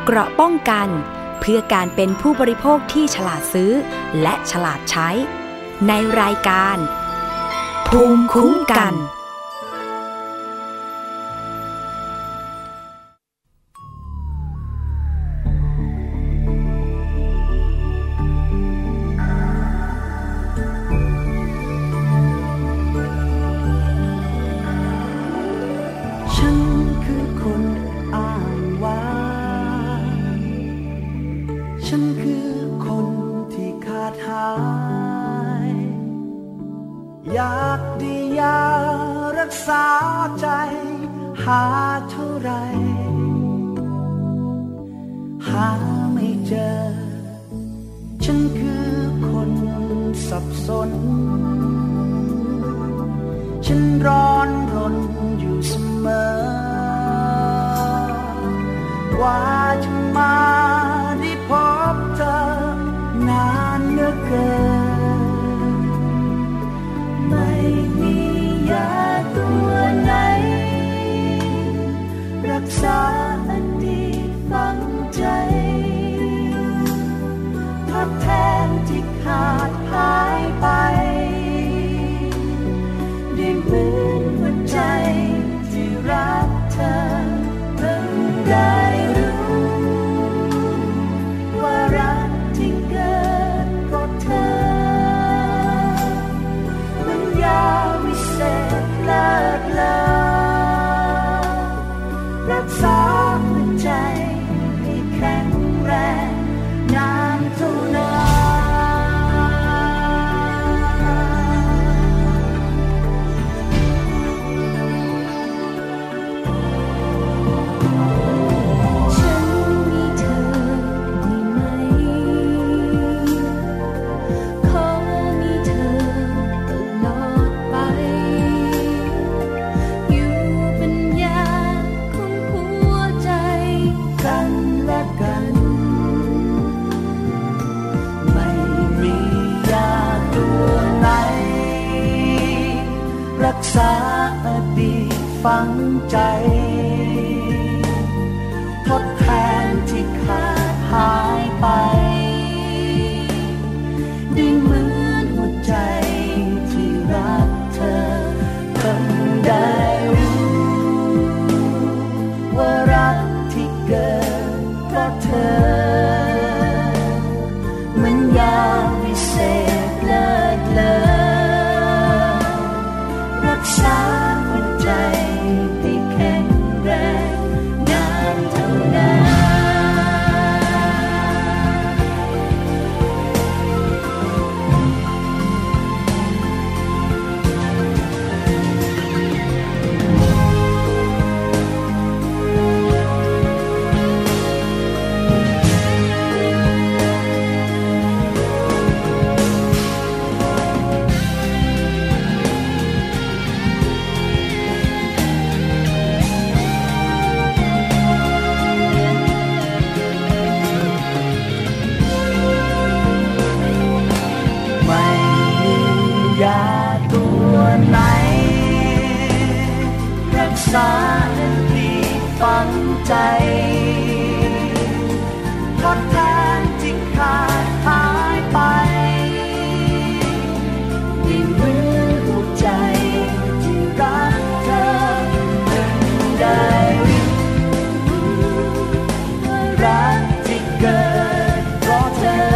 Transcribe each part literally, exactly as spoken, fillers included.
เกราะป้องกันเพื่อการเป็นผู้บริโภคที่ฉลาดซื้อและฉลาดใช้ในรายการภูมิคุ้มกันอยากได้ยารักษาใจหาเท่าไรหาไม่เจอฉันคือคนสับสนฉันร้อนรนอยู่เสมอกว่าจะมาได้พบเธอนานเหลือเกินไม่มียาตัวไหนรักษาอดีตฝังใจทดแทนที่ขาดหายไปได้เหมือนหัวใจที่รักเธอเพิ่งได้รู้ว่ารักที่เกิดเพราะเธอมันยาวิเศษเลิศเลอรักษาหัวใจให้แข็งแรงนานเท่านานรักษาอดีตฝังใจทดแทนที่ขาดหายไปได้เหมือนหัวใจที่รักเธอเพิ่งได้รู้ว่ารักที่เกิดเพราะเธอมันยาวิเศษเลิศเลอรักษาหัวใจให้แข็งแรงนานเท่านานยาตัวไหนรักษาให้ดีฝังใจทดแทนที่ขาดหายไปยิ่งเหมือนหัวใจที่รักเธอเพิ่งได้รู้ว่ารักที่เกิดเพราะเธอ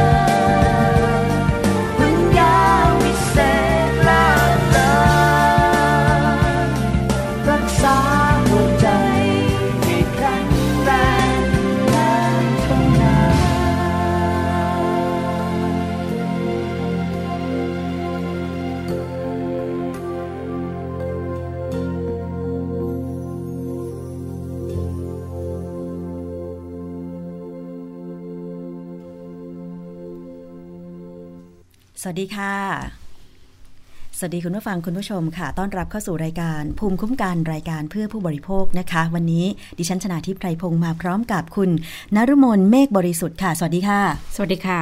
สวัสดีค่ะสวัสดีคุณผู้ฟังคุณผู้ชมค่ะต้อนรับเข้าสู่รายการภูมิคุ้มกันรายการเพื่อผู้บริโภคนะคะวันนี้ดิฉันชนาทิพย์ไพรพงษ์มาพร้อมกับคุณนฤมลเมฆบริสุทธิ์ค่ะสวัสดีค่ะสวัสดีค่ะ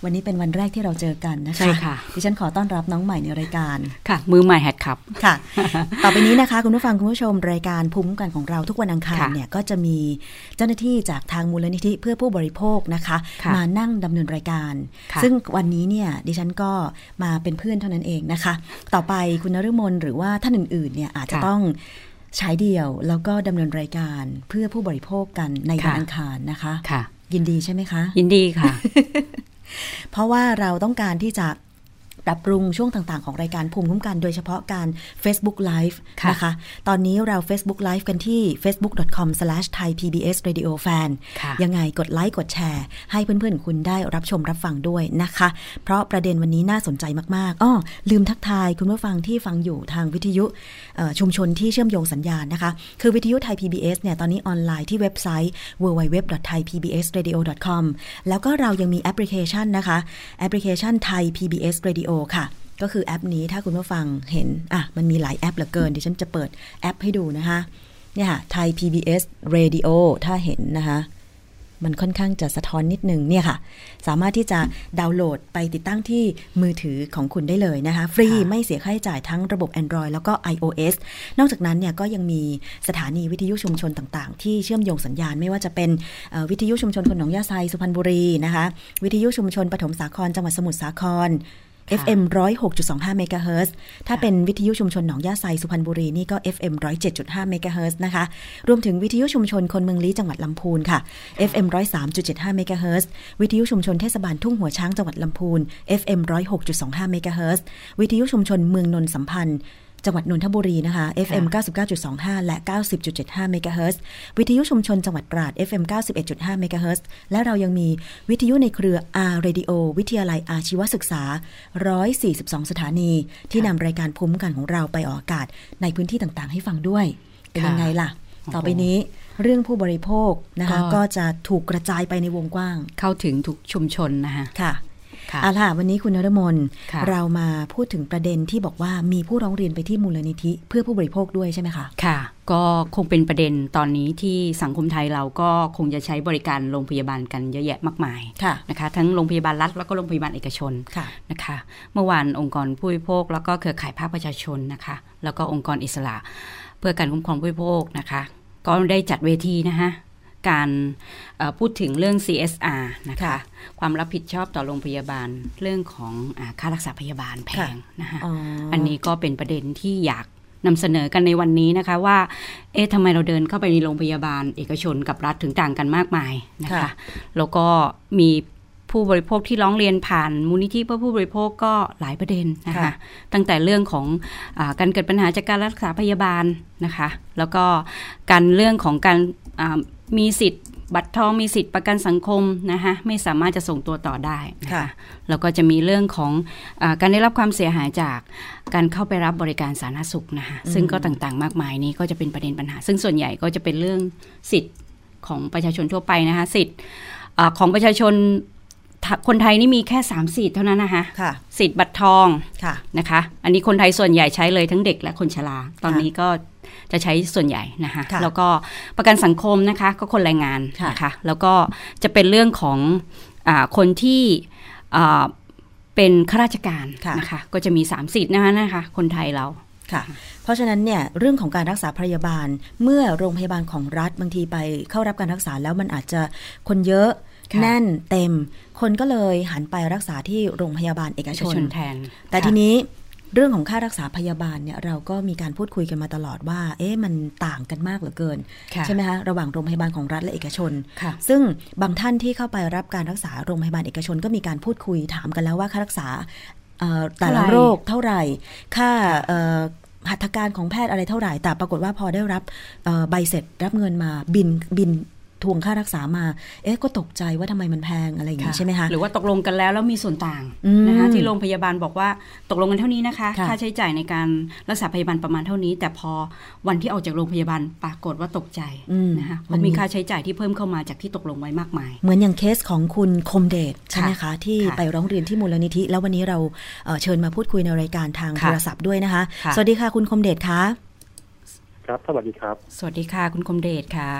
วันนี้เป็นวันแรกที่เราเจอกันนะคะใช่ค่ะดิฉันขอต้อนรับน้องใหม่ในรายการค่ะมือใหม่หัดขับค่ะ ต่อไปนี้นะคะคุณผู้ฟังคุณผู้ชมรายการภูมิคุ้มกันของเราทุกวันอังคารเนี่ยก็จะมีเจ้าหน้าที่จากทางมูลนิธิเพื่อผู้บริโภคนะคะมานั่งดำเนินรายการซึ่งวันนี้เนี่ยดิฉันก็มาเป็นเพื่อนเท่านั้นเองนะคะต่อไปคุณนฤมลหรือว่าท่านอื่นๆเนี่ยอาจจะต้องใช้เดี่ยวแล้วก็ดำเนินรายการเพื่อผู้บริโภคกันในวันอังคารนะคะยินดีใช่ไหมคะยินดีค่ะเพราะว่าเราต้องการที่จะปรับปรุงช่วงต่างๆของรายการภูมิคุ้มกันโดยเฉพาะการ Facebook Live นะคะตอนนี้เรา Facebook Live กันที่ เฟซบุ๊ก ดอท คอม สแลช ไทย พี บี เอส เรดิโอ แฟน ยังไงกดไลค์กดแชร์ให้เพื่อนๆคุณได้รับชมรับฟังด้วยนะคะเพราะประเด็นวันนี้น่าสนใจมากๆอ้อลืมทักทายคุณผู้ฟังที่ฟังอยู่ทางวิทยุชุมชนที่เชื่อมโยงสัญญาณนะคะคือวิทยุไทย พี บี เอส เนี่ยตอนนี้ออนไลน์ที่เว็บไซต์ ดับเบิลยู ดับเบิลยู ดับเบิลยู ดอท ไทย พี บี เอส เรดิโอ ดอท คอม แล้วก็เรายังมีแอปพลิเคชันนะคะแอปพลิเคชันไทย พี บี เอส Radio ค่ะก็คือแอปนี้ถ้าคุณผู้ฟังเห็นอ่ะมันมีหลายแอปเหลือเกินดิฉันจะเปิดแอปให้ดูนะคะเนี่ยค่ะไทย พี บี เอส Radio ถ้าเห็นนะคะมันค่อนข้างจะสะท้อนนิดนึงเนี่ยค่ะสามารถที่จะดาวน์โหลดไปติดตั้งที่มือถือของคุณได้เลยนะคะฟรีไม่เสียค่าใช้จ่ายทั้งระบบ Android แล้วก็ iOS นอกจากนั้นเนี่ยก็ยังมีสถานีวิทยุชุมชนต่างๆที่เชื่อมโยงสัญญาณไม่ว่าจะเป็นวิทยุชุมชนคนหนองยาไซสุพรรณบุรีนะคะวิทยุชุมชนปฐมสาครจังหวัดสมุทรสาครเอฟ เอ็ม หนึ่งศูนย์หกจุดสองห้า เมกะเฮิรตซ์ถ้าเป็นวิทยุชุมชนหนองย่าไซสุพรรณบุรีนี่ก็ เอฟ เอ็ม หนึ่งศูนย์เจ็ดจุดห้า เมกะเฮิรตซ์นะคะรวมถึงวิทยุชุมชนคนเมืองลี้จังหวัดลำพูนค่ะ เอฟ เอ็ม หนึ่งศูนย์สามจุดเจ็ดห้า เมกะเฮิรตซ์วิทยุชุมชนเทศบาลทุ่งหัวช้างจังหวัดลำพูน เอฟ เอ็ม หนึ่งศูนย์หกจุดสองห้า เมกะเฮิรตซ์วิทยุชุมชนเมืองนนสัมพันธ์จังหวัดนนทบุรีนะคะ เอฟ เอ็ม เก้าสิบเก้าจุดสองห้า และ เก้าสิบจุดเจ็ดห้า เมกะเฮิรตซ์วิทยุชุมชนจังหวัดตราด เอฟ เอ็ม เก้าสิบเอ็ดจุดห้า เมกะเฮิรตซ์และเรายังมีวิทยุในเครือ R Radio วิทยาลัยอาชีวศึกษาหนึ่งร้อยสี่สิบสองสถานีที่นำรายการภูมิคุ้มกันของเราไปออกอากาศในพื้นที่ต่างๆให้ฟังด้วยเป็นยังไงล่ะต่อไปนี้เรื่องผู้บริโภคนะคะก็จะถูกกระจายไปในวงกว้างเข้าถึงทุกชุมชนนะคะค่ะเอาล่ะวันนี้คุณนฤมลเรามาพูดถึงประเด็นที่บอกว่ามีผู้ร้องเรียนไปที่มูลนิธิเพื่อผู้บริโภคด้วยใช่ไหมคะค่ะก็คงเป็นประเด็นตอนนี้ที่สังคมไทยเราก็คงจะใช้บริการโรงพยาบาลกันเยอะแยะมากมายนะคะทั้งโรงพยาบาลรัฐแล้วก็โรงพยาบาลเอกชนนะคะเมื่อวานองค์กรผู้บริโภคแล้วก็เครือข่ายภาคประชาชนนะคะแล้วก็องค์กรอิสระเพื่อการคุ้มครองผู้บริโภคนะคะก็ได้จัดเวทีนะคะการพูดถึงเรื่อง ซี เอส อาร์ นะคะความรับผิดชอบต่อโรงพยาบาลเรื่องของอ่าค่ารักษาพยาบาลแพงนะคะ อ, อันนี้ก็เป็นประเด็นที่อยากนำเสนอกันในวันนี้นะคะว่าเอ๊ะทำไมเราเดินเข้าไปในโรงพยาบาลเอกชนกับรัฐถึงต่างกันมากมายนะคะแล้วก็มีผู้บริโภคที่ร้องเรียนผ่านมูลนิธิเพื่อผู้บริโภคก็หลายประเด็นนะคะตั้งแต่เรื่องของอ่าการเกิดปัญหาจากการรักษาพยาบาลนะคะแล้วก็การเรื่องของการมีสิทธิ์บัตรทองมีสิทธิ์ประกันสังคมนะคะไม่สามารถจะส่งตัวต่อได้นะคะแล้วก็จะมีเรื่องของอ่าการได้รับความเสียหายจากการเข้าไปรับบริการสาธารณสุขนะคะซึ่งก็ต่างๆมากมายนี้ก็จะเป็นประเด็นปัญหาซึ่งส่วนใหญ่ก็จะเป็นเรื่องสิทธิ์ของประชาชนทั่วไปนะคะสิทธิ์ของประชาชนคนไทยนี่มีแค่สามสิทธิ์เท่านั้นนะคะสิทธิ์บัตรทองนะคะอันนี้คนไทยส่วนใหญ่ใช้เลยทั้งเด็กและคนชราตอนนี้ก็จะใช้ส่วนใหญ่นะคะแล้วก็ประกันสังคมนะคะก็คนแรงงานนะคะแล้วก็จะเป็นเรื่องของอ่าคนที่อ่าเป็นข้าราชการนะคะก็จะมีสามสิทธิ์นะคะนะคะคนไทยเราค่ะเพราะฉะนั้นเนี่ยเรื่องของการรักษาพยาบาลเมื่อโรงพยาบาลของรัฐบางทีไปเข้ารับการรักษาแล้วมันอาจจะคนเยอะแน่นเต็มคนก็เลยหันไปรักษาที่โรงพยาบาลเอกชนแทนแต่ทีนี้เรื่องของค่ารักษาพยาบาลเนี่ยเราก็มีการพูดคุยกันมาตลอดว่าเอ๊ะมันต่างกันมากเหลือเกินใช่ไหมคะระหว่างโรงพยาบาลของรัฐและเอกชนซึ่งบางท่านที่เข้าไปรับการรักษาโรงพยาบาลเอกชนก็มีการพูดคุยถามกันแล้วว่าค่ารักษาแต่ละโรคเท่าไหร่ค่าหัตถการของแพทย์อะไรเท่าไหร่แต่ปรากฏว่าพอได้รับใบเสร็จรับเงินมาบินบินทวงค่ารักษามาเอ๊ะก็ตกใจว่าทำไมมันแพงอะไรอย่างนี้ใช่ไหมคะหรือว่าตกลงกันแล้วแล้วมีส่วนต่างนะคะที่โรงพยาบาลบอกว่าตกลงกันเท่านี้นะคะค่าใช้จ่ายในการรักษาพยาบาลประมาณเท่านี้แต่พอวันที่ออกจากโรงพยาบาลปรากฏว่าตกใจนะคะเพราะมีค่าใช้จ่ายที่เพิ่มเข้ามาจากที่ตกลงไว้มากมายเหมือนอย่างเคสของคุณคมเดชใช่ไหมคะที่ไปร้องเรียนที่มูลนิธิแล้ววันนี้เราเชิญมาพูดคุยในรายการทางโทรศัพท์ด้วยนะคะสวัสดีค่ะคุณคมเดชคะครับสวัสดีครับสวัสดีค่ะคุณคมเดชค่ะค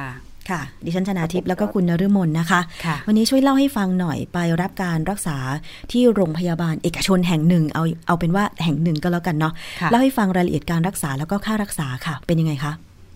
ค่ะดิฉันชนาทิพย์แล้วก็คุณนฤมลนะคะวันนี้ช่วยเล่าให้ฟังหน่อยไปรับการรักษาที่โรงพยาบาลเอกชนแห่งหนึ่งเอาเอาเป็นว่าแห่งหนึ่งก็แล้วกันเนาะเล่าให้ฟังรายละเอียดการรักษาแล้วก็ค่ารักษาค่ะเป็นยังไงคะ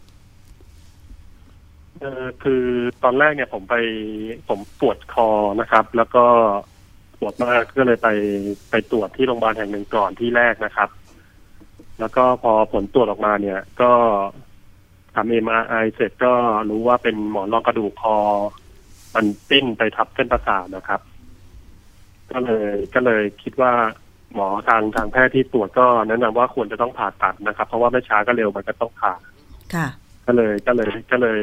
เออคือตอนแรกเนี่ยผมไปผมปวดคอนะครับแล้วก็ปวดมากก็เลยไปไปตรวจที่โรงพยาบาลแห่งหนึ่งก่อนที่แรกนะครับแล้วก็พอผลตรวจออกมาเนี่ยก็ทำ เอ็ม อาร์ ไอ เสร็จก็รู้ว่าเป็นหมอนรองกระดูกคอมันปิ้นไปทับเส้นประสาทนะครับก็เลยก็เลยคิดว่าหมอทางทางแพทย์ที่ตรวจก็แนะนำว่าควรจะต้องผ่าตัดนะครับเพราะว่าไม่ช้าก็เร็วมันก็ต้องผ่าค่ะก็เลยก็เลยก็เลย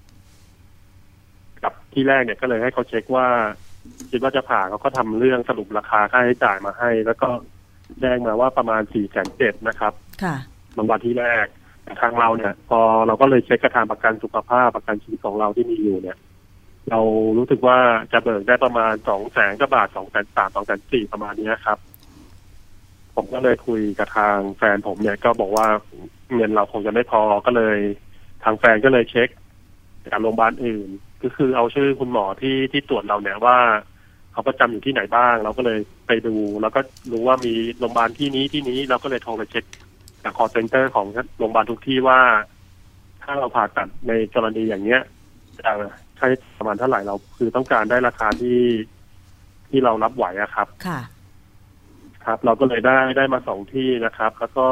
กับที่แรกเนี่ยก็เลยให้เขาเช็คว่าคิดว่าจะผ่าเขาก็ทำเรื่องสรุปราคาค่าใช้จ่ายมาให้แล้วก็แจ้งมาว่าประมาณสี่แสนเจ็ดนะครับค่ะบางวันที่แรกทางเราเนี่ยพอเราก็เลยเช็คกระทางประกันสุขภาพประกันชีวิตของเราที่มีอยู่เนี่ยเรารู้สึกว่าจะเบิกได้ประมาณสองแสนกว่าบาทสองแสนสามสองแสนสี่ประมาณนี้ครับผมก็เลยคุยกับทางแฟนผมเนี่ยก็บอกว่าเงินเราคงจะไม่พอก็เลยทางแฟนก็เลยเช็คจากโรงพยาบาลอื่นก็คือเอาชื่อคุณหมอที่ที่ตรวจเราเนี่ยว่าเขาประจำอยู่ที่ไหนบ้างเราก็เลยไปดูแล้วก็รู้ว่ามีโรงพยาบาลที่นี้ที่นี้เราก็เลยโทรไปเช็คจาก call center ของโรงพยาบาลทุกที่ว่าถ้าเราผ่าตัดในกรณีอย่างเนี้ยจะใช้ประมาณเท่าไหร่เราคือต้องการได้ราคาที่ที่เรารับไหวอะครับค่ะครับเราก็เลยได้ได้มาสองที่นะครับแล้วก็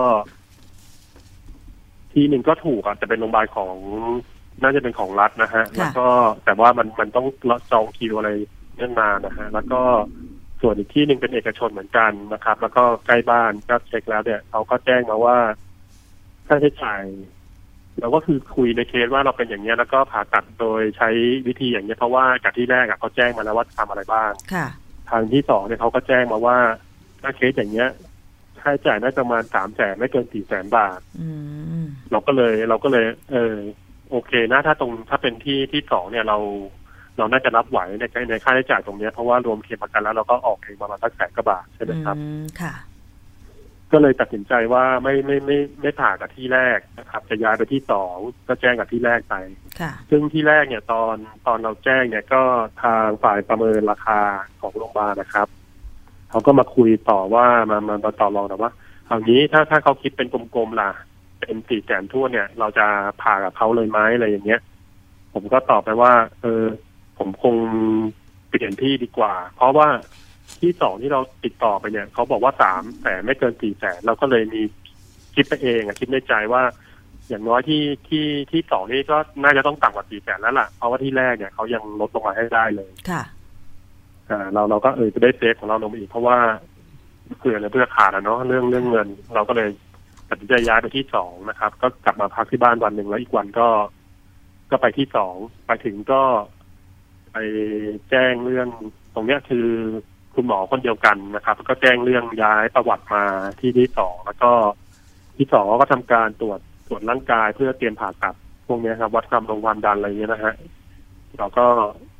ที่หนึ่งก็ถูกอ่ะจะเป็นโรงพยาบาลของน่าจะเป็นของรัฐนะฮะแล้วก็แต่ว่ามันมันต้องจองคิวอะไรเนื่องมานะฮะแล้วก็ส่วนอีกที่หนึ่งเป็นเอกชนเหมือนกันนะครับแล้วก็ใกล้บ้านก็เช็คแล้วเนี่ยเขาก็แจ้งมาว่าค่าใช้จ่ายเราก็คือคุยในเคสว่าเราเป็นอย่างเงี้ยแล้วก็ผ่าตัดโดยใช้วิธีอย่างเงี้ยเพราะว่าจากที่แรกอ่ะเขาแจ้งมาแล้วว่าทำอะไรบ้างทางที่สองเนี่ยเขาก็แจ้งมาว่าถ้าเคสอย่างเงี้ยค่าใช้จ่ายน่าจะประมาณสามแสนไม่เกินสี่แสนบาทเราก็เลยเราก็เลยเออโอเคนะถ้าตรงถ้าเป็นที่ที่สองเนี่ยเราเราน่าจะรับไหวในในค่าใช้จ่ายตรงนี้เพราะว่ารวมเคลมประกันแล้วเราก็ออกเองประมาณสักแสนกว่าบาทใช่ไหมครับค่ะก็เลยตัดสินใจว่าไม่ไม่ไม่ไม่ผ่ากับที่แรกนะครับจะย้ายไปที่สองก็แจ้งกับที่แรกไปซึ่งที่แรกเนี่ยตอนตอนเราแจ้งเนี่ยก็ทางฝ่ายประเมินราคาของโรงพยาบาลนะครับเขาก็มาคุยต่อว่ามามาต่อรองแต่ว่าเอางี้ถ้าถ้าเขาคิดเป็นกลมๆล่ะเป็นสี่แสนทั่วเนี่ยเราจะผ่ากับเขาเลยไหมอะไรอย่างเงี้ยผมก็ตอบไปว่าเออผมคงเปลี่ยนที่ดีกว่าเพราะว่าที่สองที่เราติดต่อไปเนี่ยเขาบอกว่าสามแต่ไม่เกินสี่แสนเราก็เลยมีคิดไปเองอะคิดในใจว่าอย่างน้อยที่ที่ที่สองนี่ก็น่าจะต้องต่ำกว่าสี่แสนแล้วล่ะเพราะว่าที่แรกเนี่ยเขายังลดลงมาให้ได้เลยค่ะอ่าเราเราก็เออจะได้เซฟของเราลงมาอีกเพราะว่าเผื่อเลยเพื่อขาดอะเนาะเรื่องเรื่องเงินเราก็เลยตัดสินใจย้ายไปที่สองนะครับก็กลับมาพักที่บ้านวันหนึ่งแล้วอีกวันก็ก็ไปที่สองไปถึงก็ไปแจ้งเรื่องตรงเนี้ยคือคุณหมอคนเดียวกันนะครับก็แจ้งเรื่องย้ายประวัติมาที่ที่สองแล้วก็ที่สองก็ทำการตรวจตรวจร่างกายเพื่อเตรียมผ่าตัดพวกนี้ครับวัดความดันความดันอะไรอย่างเงี้ยนะฮะเราก็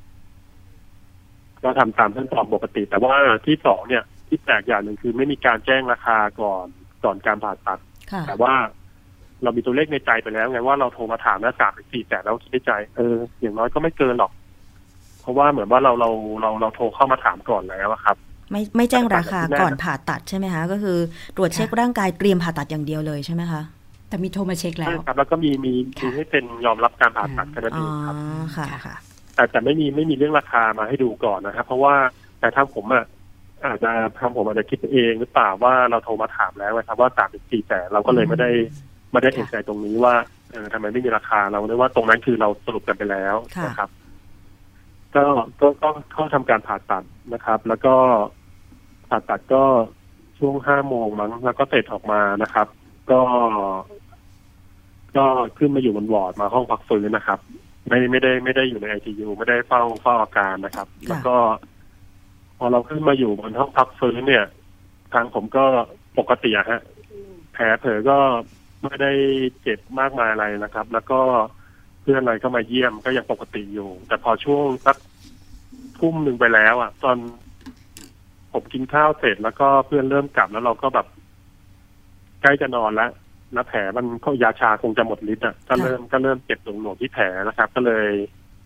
ก็ทำตามขั้นตอนปกติแต่ว่าที่สองเนี่ยที่แปลกอย่างหนึ่งคือไม่มีการแจ้งราคาก่อนก่อนการผ่าตัดแต่ว่าเรามีตัวเลขในใจไปแล้วไงว่าเราโทรมาถามแล้วสามถึงสี่แสนแล้วคิดในใจเอออย่างน้อยก็ไม่เกินหรอกเพราะว่าเหมือนว่าเราเราเราเราโทรเข้ามาถามก่อนแล้วครับไม่ไม่แจ้งราคาก่อนผ่าตัดใช่ไหมคะก็คือตรวจเช็คร่างกายเตรียมผ่าตัดอย่างเดียวเลยใช่ไหมคะแต่มีโทรมาเช็คแล้วครับแล้วก็มีมีมีให้เป็นยอมรับการผ่าตัดแค่นั้นเองครับค่ะค่ะแต่แต่ไม่มีไม่มีเรื่องราคามาให้ดูก่อนนะครับเพราะว่าแต่ถ้าผมอ่ะอาจจะทำผมอาจจะคิดเองหรือเปล่าว่าเราโทรมาถามแล้วนะครับว่าสามถึงสี่แสนเราก็เลยไม่ได้ไม่ได้เอกใจตรงนี้ว่าเออทำไมไม่มีราคาเราได้ว่าตรงนั้นคือเราสรุปกันไปแล้วนะครับก็ก็ก็เข้าทำการผ่าตัดนะครับ แล้วก็ผ่าตัดก็ช่วงห้าโมงมั้งแล้วก็เสร็จออกมานะครับ ก็ก็ขึ้นมาอยู่บนวอร์ดมาห้องพักฟื้นนะครับไม่ไม่ได้ไม่ได้อยู่ในไอซียูไม่ได้เฝ้าเฝ้าอาการนะครับ แล้วก็พอเราขึ้นมาอยู่บนห้องพักฟื้นเนี่ยทางผมก็ปกติอะฮะแผลเผลอก็ไม่ได้เจ็บมากมายอะไรนะครับ แล้วก็เพื่อนอะไรก็มาเยี่ยมก็ยังปกติอยู่แต่พอช่วงสักทุ่มหนึ่งไปแล้วอ่ะตอนผมกินข้าวเสร็จแล้วก็เพื่อนเริ่มกลับแล้วเราก็แบบใกล้จะนอนแล้วแล้วแผลมันก็ยาชาคงจะหมดฤทธิ์อ่ะก็เริ่มก็เริ่มเจ็บหน่วงๆที่แผลนะครับก็เลย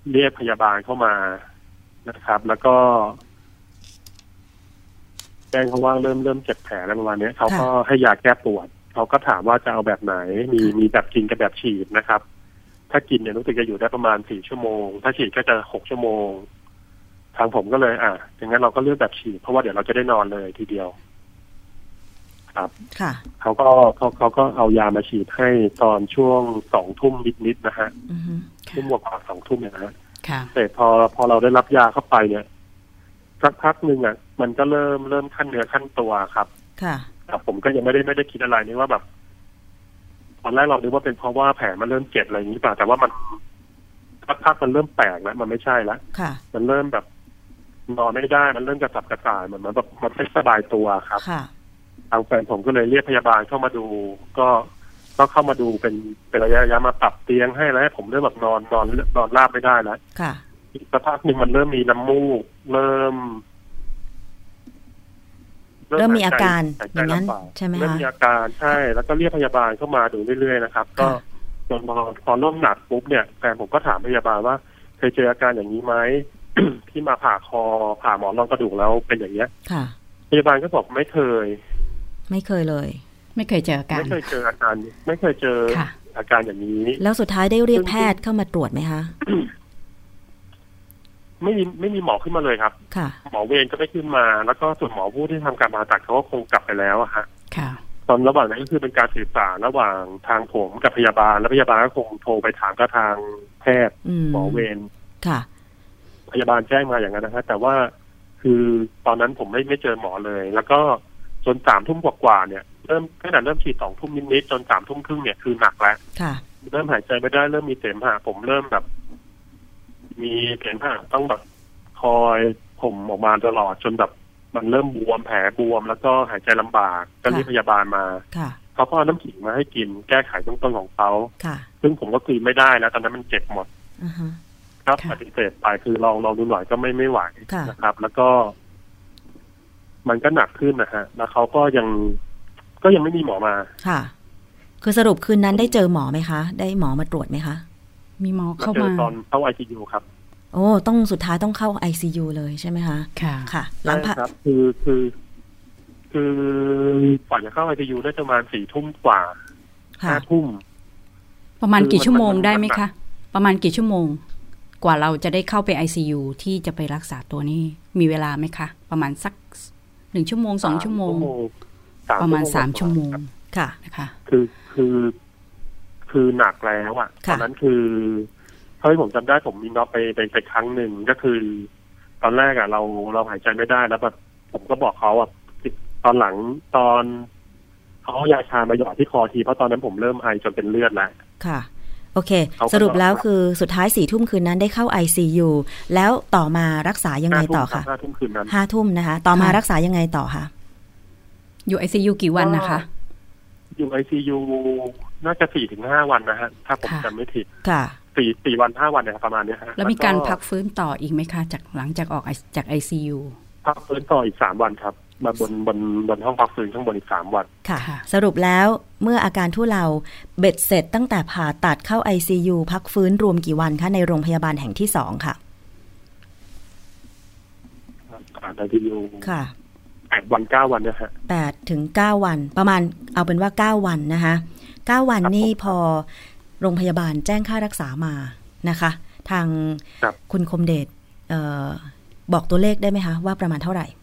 เรียกพยาบาลเข้ามานะครับแล้วก็แจ้งเขาว่าเริ่มเริ่มเจ็บแผลแล้วประมาณนี้เขาก็ให้ยาแก้ปวดเขาก็ถามว่าจะเอาแบบไหนมีมีแบบกินกับแบบฉีดนะครับถ้ากินเนี่ยรู้สึกจะอยู่ได้ประมาณสี่ชั่วโมงถ้าฉีดก็จะหกชั่วโมงทางผมก็เลยอ่ะอย่างนั้นเราก็เลือกแบบฉีดเพราะว่าเดี๋ยวเราจะได้นอนเลยทีเดียวครับค่ะเขาก็เขาเขาก็เอายามาฉีดให้ตอนช่วงสองทุ่มนิดๆนะฮะทุ่มกว่าสองทุ่มเนี่ยนะฮะแต่พอพอเราได้รับยาเข้าไปเนี่ยสักพักหนึ่งอ่ะมันก็เริ่มเริ่มขั้นเนื้อขั้นตัวครับค่ะแต่ผมก็ยังไม่ได้ไม่ได้คิดอะไรนี่ว่าแบบตอนแรกเราคิดว่าเป็นเพราะว่าแผลมันเริ่มเจ็บอะไรอย่างนี้ป่ะแต่ว่ามันสักพักมันเริ่มแปลกแล้วมันไม่ใช่แล้วมันเริ่มแบบนอนไม่ได้มันเริ่มกระสับกระส่ายเหมือนมันแบบมันไม่สบายตัวครับทางแฟนผมก็เลยเรียกพยาบาลเข้ามาดูก็ก็เข้ามาดูเป็นเป็นระยะระยะมาปรับเตียงให้แล้วผมเริ่มแบบนอนนอนนอนราบไม่ได้แล้วอีกสักพักหนึ่งมันเริ่มมีน้ำมูกเริ่มเริ่มมีอาการอย่างนั้นใช่ไหมคะเริ่มมีอาการใช่แล้วก็เรียกพยาบาลเข้ามาดูเรื่อยๆนะครับก็จนพอพอเริ่มหนักปุ๊บเนี่ยแฟนผมก็ถามพยาบาลว่าเคยเจออาการอย่างนี้ไหม ที่มาผ่าคอผ่าหมอนรองกระดูกแล้วเป็นอย่างเงี้ยพยาบาลก็บอกไม่เคยไม่เคยเลยไม่เคยเจออาการไม่เคยเจออาการไม่เคยเจออาการอย่างนี้แล้วสุดท้ายได้เรียกแพทย์เข้ามาตรวจไหมคะไม่มีไม่มีหมอขึ้นมาเลยครับหมอเวรก็ไม่ขึ้นมาแล้วก็ส่วนหมอผู้ที่ทำการผ่าตัดเขาก็คงกลับไปแล้วอะฮะตอนระหว่างนั้นก็คือเป็นการสื่อสารระหว่างทางผมกับพยาบาลแล้วพยาบาลก็คงโทรไปถามกับทางแพทย์หมอเวรพยาบาลแจ้งมาอย่างนั้นนะครับแต่ว่าคือตอนนั้นผมไม่ไม่เจอหมอเลยแล้วก็จนสามทุ่มกว่าๆเนี่ยเริ่มขนาดเริ่มฉีดสองทุ่มนิดๆจนสามทุ่มครึ่งเนี่ยคือหนักแล้วเริ่มหายใจไม่ได้เริ่มมีเสมหะผมเริ่มแบบมีเสมหะต้องแบบคอยผมออกมาตลอดจนแบบมันเริ่มบวมแผลบวมแล้วก็หายใจลำบากก็เรียกพยาบาลมาเขาก็เอาน้ำขิงมาให้กินแก้ไขเบื้องต้นของเขาซึ่งผมก็กินไม่ได้แล้วตอนนั้นมันเจ็บหมดครับปฏิเสธไปคือลองลองดูหน่อยก็ไม่ไม่ไหวนะครับแล้วก็มันก็หนักขึ้นนะฮะแล้วเขาก็ยังก็ยังไม่มีหมอมาค่ะคือสรุปคืนนั้นได้เจอหมอไหมคะได้หมอมาตรวจไหมคะมีหมอเข้ามาตอนเข้า ไอ ซี ยู ครับโอ้ต้องสุดท้ายต้องเข้า ไอ ซี ยู เลยใช่ไหมคะค่ะค่ะหลังผ่าครับคือคือคือก่อนจะเข้า ไอ ซี ยู ได้ประมาณสี่ทุ่มกว่าห้าทุ่มประมาณกี่ชั่วโมงได้ไหมคะประมาณกี่ชั่วโมงกว่าเราจะได้เข้าไป ไอ ซี ยู ที่จะไปรักษาตัวนี่มีเวลาไหมคะประมาณสักหนึ่งชั่วโมงสองชั่วโมงประมาณสามชั่วโมงค่ะนะคะคือคือคือหนักแล้วอ่ะตอนนั้นคือเฮ้ยผมจำได้ผมมีน็อกไปไปไปครั้งหนึ่งก็คือตอนแรกอ่ะเราเราหายใจไม่ได้แล้วแบบผมก็บอกเขาอ่ะตอนหลังตอนเขาเอายาชามาหยอดที่คอทีเพราะตอนนั้นผมเริ่มไอจนเป็นเลือดแล้วค่ะโอเคสรุปแล้วคือสุดท้ายสี่ทุ่มคืนนั้นได้เข้า ไอ ซี ยู แล้วต่อมารักษายังไงต่อคะห้าทุ่มคืนนั้นห้าทุ่มนะคะต่อมารักษายังไงต่อคะอยู่ ไอ ซี ยู กี่วันนะคะอยู่ ไอ ซี ยู น่าจะสี่ถึงห้าวันนะฮะถ้าผมจำไม่ผิดค่ะสี่สี่วันห้าวันเนี่ยประมาณนี้ฮะแล้วมีการพักฟื้นต่ออีกไหมคะจากหลังจากออกจาก ไอ ซี ยูพักฟื้นต่ออีกสามวันครับมาบนบนบนห้องพักฟื้นข้างบนอีกสามวันค่ะสรุปแล้วเมื่ออาการทุเลาเบ็ดเสร็จตั้งแต่ผ่าตัดเข้า ไอ ซี ยู พักฟื้นรวมกี่วันคะในโรงพยาบาลแห่งที่สองค่ะไอ ซี ยูค่ะแปดวันเก้าวันนะฮะแปดถึงเก้าวันประมาณเอาเป็นว่าเก้าวันนะคะเก้าวันนี่พอโรงพยาบาลแจ้งค่ารักษามานะคะทางคุณคมเดชเอ่อบอกตัวเลขได้ไหมคะว่าประมาณเท่าไหร่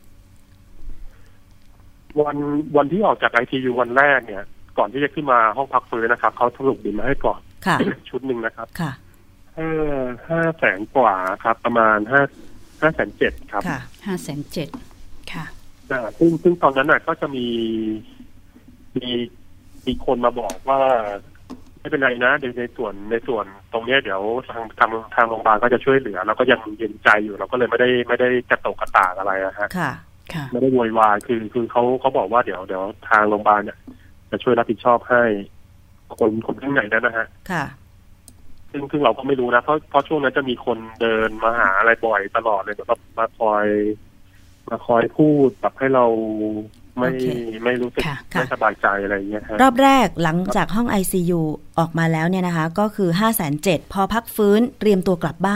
วันวันที่ออกจาก ไอ ซี ยู วันแรกเนี่ยก่อนที่จะขึ้นมาห้องพักฟื้นนะครับเขาสรุปบิลมาให้ก่อนชุดหนึ่งนะครับค่ะห้าห้าแสนกว่าครับประมาณห้าห้าแสนเจ็ดครับค่ะห้าแสนเจ็ดค่ะซึ่งซึ่งตอนนั้นน่ะก็จะมีมีมีคนมาบอกว่าไม่เป็นไรนะในในส่วนในส่วนตรงนี้เดี๋ยวทางทางทางโรงพยาบาลก็จะช่วยเหลือเราก็ยังเย็นใจอยู่เราก็เลยไม่ได้ไม่ได้กระตกกระตากอะไรอะฮะค่ะไม่ได้โวยวายคือคือเขาเขาบอกว่าเดี๋ยวเดี๋ยวทางโรงพยาบาลเนี่ยจะช่วยรับผิดชอบให้คนคนข้างในนั้นนะฮะค่ะซึ่งซึ่งเราก็ไม่รู้นะเพราะเพราะช่วงนั้นจะมีคนเดินมาหาอะไรบ่อยตลอดเลยแบบมาคอยมาคอยพูดแบบให้เราไม่ okay. ไม่รู้สึกไม่สบายใจอะไรอย่างเงี้ยครับรอบแรกหลังจากห้อง ไอ ซี ยู ออกมาแล้วเนี่ยนะคะก็คือ ห้าแสนเจ็ดพัน พอพักฟื้นเตรียมตัวกลับบ้าน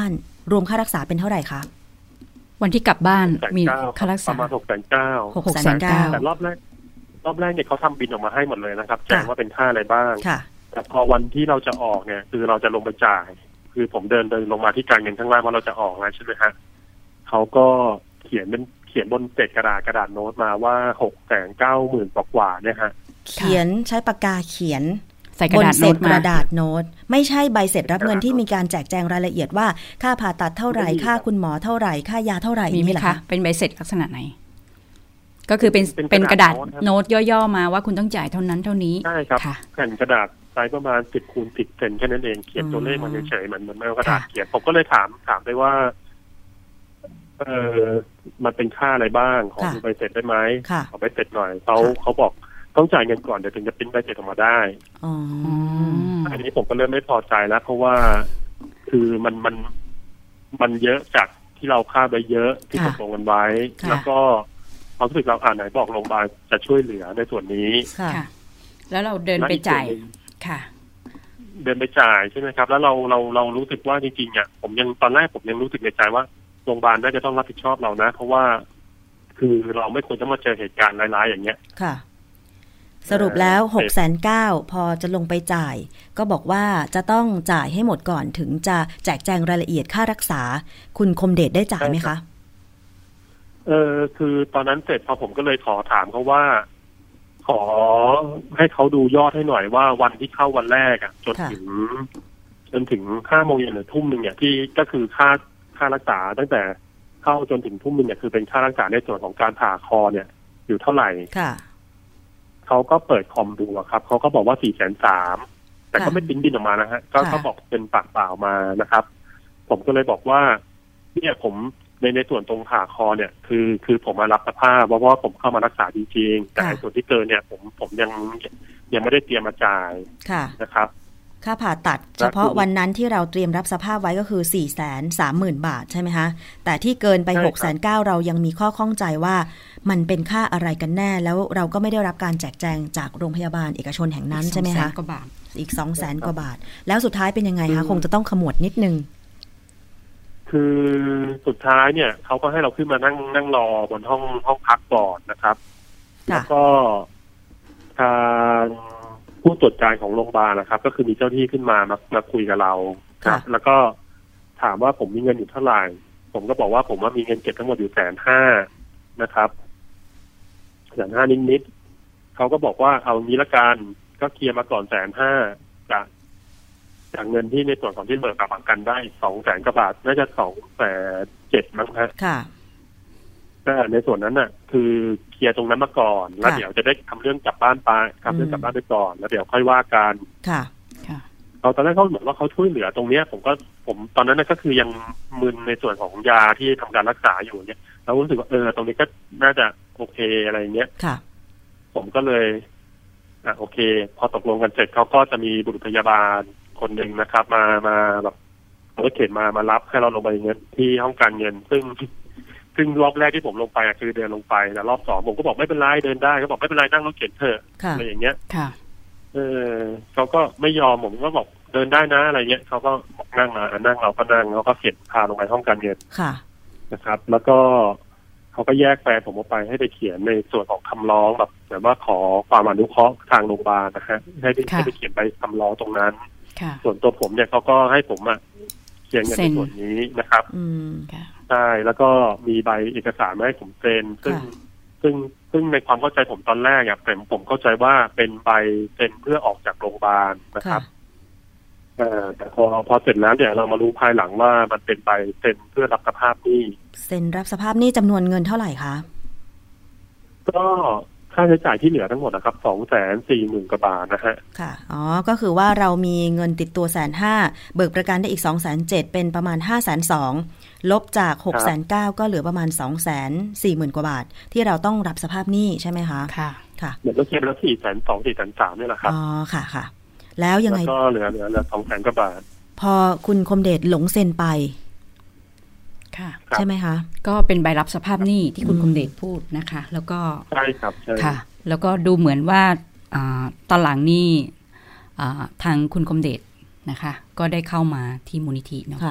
รวมค่ารักษาเป็นเท่าไหร่คะวันที่กลับบ้านมีค่ารักษาประมาณหกแสนเก้าหกแสนเก้าแต่รอบแรกรอบแรกเนี่ยเขาทำบินออกมาให้หมดเลยนะครับแจ้งว่าเป็นค่าอะไรบ้างแต่พอวันที่เราจะออกเนี่ยคือเราจะลงไปจ่ายคือผมเดินเดินลงมาที่การเงินข้างล่างว่าเราจะออกแล้วใช่ไหมฮะเขาก็เขียนเป็นเขียนบนเศษกระดาษกระดาษโน้ตมาว่าหกแสนเก้าหมื่นกว่าเนี่ยฮะเขียนใช้ปากกาเขียนใส่กระดาษโน้ตกระดาษโน้ตไม่ใช่ใบเสร็จรับเงินที่มีการแจกแจงรายละเอียดว่าค่าผ่าตัดเท่าไหร่ค่าคุณหมอเท่าไหร่ค่ายาเท่าไหร่มีไหมคะเป็นใบเสร็จลักษณะไหนก็คือเป็นเป็นกระดาษโน้ตย่อๆมาว่าคุณต้องจ่ายเท่านั้นเท่านี้ใช่ครับแผ่นกระดาษไซส์ประมาณสิบคูณสิบเซนแค่นั้นเองเขียนตัวเลขมันเฉยๆเหมือนเหมือนไม่เอากระดาษเขียนผมก็เลยถามถามได้ว่าเออมันเป็นค่าอะไรบ้างขอดูใบเสร็จได้ไหมขอใบเสร็จหน่อยเขาเขาบอกต้องจ่ายเงินก่อนเดี๋ยวถึงจะปริ้นใบเสร็จออกมาได้อ๋ออันนี้ผมก็เริ่มไม่พอใจแล้วเพราะว่าคือมันมันมันเยอะจากที่เราคาดไว้เยอะที่ตกลงกันไว้แล้วก็ความรู้สึกเราอ่านไหนบอกโรงพยาบาลจะช่วยเหลือในส่วนนี้ค่ะแล้วเราเดินไปจ่ายค่ะเดินไปจ่ายใช่ไหมครับแล้วเราเราเรารู้สึกว่าจริงๆอ่ะผมยังตอนแรกผมยังรู้สึกในใจว่าโรงพยาบาลน่าจะต้องรับผิดชอบเรานะเพราะว่าคือเราไม่ควรจะมาเจอเหตุการณ์ร้ายๆอย่างเงี้ยค่ะสรุปแล้วหกแสนเก้าพอจะลงไปจ่ายก็บอกว่าจะต้องจ่ายให้หมดก่อนถึงจะแจกแจงรายละเอียดค่ารักษาคุณคมเดชได้จ่ายไหมคะเออคือตอนนั้นเสร็จพอผมก็เลยขอถามเขาว่าขอให้เขาดูยอดให้หน่อยว่าวันที่เข้าวันแรกอ่ะจนถึงจนถึงห้าโมงเย็นหรือทุ่มหนึ่งเนี่ยที่ก็คือค่าค่ารักษาตั้งแต่เข้าจนถึงทุ่มหนึ่งเนี่ยคือเป็นค่ารักษาในส่วนของการผ่าคอเนี่ยอยู่เท่าไหร่ค่ะเขาก็เปิดคอมดูครับเขาก็บอกว่าสี่แสนสามแต่ก็ไม่ปิ้นบินออกมานะฮะก็เขาบอกเป็นปากเปล่ามานะครับผมก็เลยบอกว่าเนี่ยผมในในส่วนตรงผ่าคอเนี่ยคือคือผมมารับสภาพเพราะว่าผมเข้ามารักษาจริงๆแต่ส่วนที่เกินเนี่ยผมผมยังยังไม่ได้เตรียมมาจ่ายนะครับค่าผ่าตัดเฉพาะวันนั้นที่เราเตรียมรับสภาพไว้ก็คือ สี่แสนสามหมื่น บาทใช่ไหมคะแต่ที่เกินไป หกแสนเก้าหมื่น เรายังมีข้อข้องใจว่ามันเป็นค่าอะไรกันแน่แล้วเราก็ไม่ได้รับการแจกแจงจากโรงพยาบาลเอกชนแห่งนั้นใช่ไหมคะอีก สองแสน กว่าบาทแล้วสุดท้ายเป็นยังไงคะคงจะต้องขมวดนิดนึงคือสุดท้ายเนี่ยเขาก็ให้เราขึ้นมานั่งนั่งรอบนห้องห้องพักก่อนนะครับแล้วก็ทางผู้ตรวจการของโรงพยาบาลนะครับก็คือมีเจ้าที่ขึ้นมามามาคุยกับเราครับแล้วก็ถามว่าผมมีเงินอยู่เท่าไหร่ผมก็บอกว่าผมว่ามีเงินเก็บทั้งหมดอยู่แสนห้านะครับแสนห้านิดๆเขาก็บอกว่าเอางี้ละกันก็เคลียร์มาก่อนแสนห้าจากจากเงินที่ในส่วนของที่เบิกกับประกันได้สองแสนกว่าบาทน่าจะสองแสนเจ็ดมั้งฮะค่ะแต่ในส่วนนั้นน่ะคือเคลียร์ตรงนั้นมาก่อนแล้วเดี๋ยวจะได้ทำเรื่องกลับบ้านไปทำเรื่องกลับบ้านไปก่อนแล้วเดี๋ยวค่อยว่ากันค่ะค่ะเราตอนแรกเขาเหมือนว่าเขาช่วยเหลือตรงเนี้ยผมก็ผมตอนนั้นก็คือยังมึนในส่วนของยาที่ทำการรักษาอยู่เนี่ยเรารู้สึกว่าเออตรงนี้ก็น่าจะโอเคอะไรเงี้ยค่ะผมก็เลยอ่ะโอเคพอตกลงกันเสร็จเขาก็จะมีบุรุษพยาบาลคนหนึ่งนะครับมามาแบบรถเข็นมามารับให้เราลงไปเงินที่ห้องการเงินซึ่งซึ่งรอบแรกที่ผมลงไปคือเดินลงไปแต่รอบสองผมก็บอกไม่เป็นไรเดินได้เขาบอกไม่เป็นไรนั่งรถเข็นเถอะอะไรอย่างเงี้ยค่ะเออเขาก็ไม่ยอมผมก็บอกเดินได้นะอะไรเงี้ยเขาก็บอกนั่งมานั่งเราก็นั่งแล้วก็เข็นพาลงไปห้องการเงินค่ะนะครับ แล้วก็เขาก็แยกแฟนผมออกไปให้ไปเขียนในส่วนของคำร้องแบบแบบว่าขอความอนุเคราะห์ทางโรงพยาบาลนะฮะให้ไปให้ไปเขียนใบคำร้องตรงนั้นส่วนตัวผมเนี่ยเขาก็ให้ผมอ่ะเขียนเงินในส่วนนี้นะครับใช่แล้วก็มีใบเอกสารมาให้ผมเซ็นซึ่งซึ่งซึ่งในความเข้าใจผมตอนแรกอ่ะผมผมเข้าใจว่าเป็นใบเซ็นเพื่อออกจากโรงพยาบาลนะครับแต่พอพอเสร็จแล้วเนี่ยเรามารู้ภายหลังว่ามันเป็นใบเซ็นเพื่อรับสภาพหนี้เซ็นรับสภาพหนี้จำนวนเงินเท่าไหร่คะก็ค่าใช้จ่ายที่เหลือทั้งหมดนะครับสองแสนสี่หมื่นกว่าบาทนะฮะค่ะอ๋อก็คือว่าเรามีเงินติดตัวแสนห้าเบิกประกันได้อีกสองแสนเจ็ดเป็นประมาณห้าแสนสองลบจากหกแสนเก้าก็เหลือประมาณสองแสนสี่หมื่นกว่าบาทที่เราต้องรับสภาพหนี้ใช่ไหมคะค่ะค่ะเหมือนเราเก็บแล้วสี่แสนสองสี่แสนสามนี่แหละครับอ๋อค่ะค่ะแล้วยังไงก็เหลือเหลือเหลือสองแสนกว่าบาทพอคุณคมเดชหลงเซ็นไปค่ะใช่ไหมคะก็เป็นใบรับสภาพหนี้ที่คุณคมเดชพูดนะคะแล้วก็ใช่ครับใช่ค่ะแล้วก็ดูเหมือนว่าตอนหลังนี่ทางคุณคมเดชนะคะก็ได้เข้ามาที่มูลนิธิเนาะ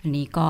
อันนี้ก็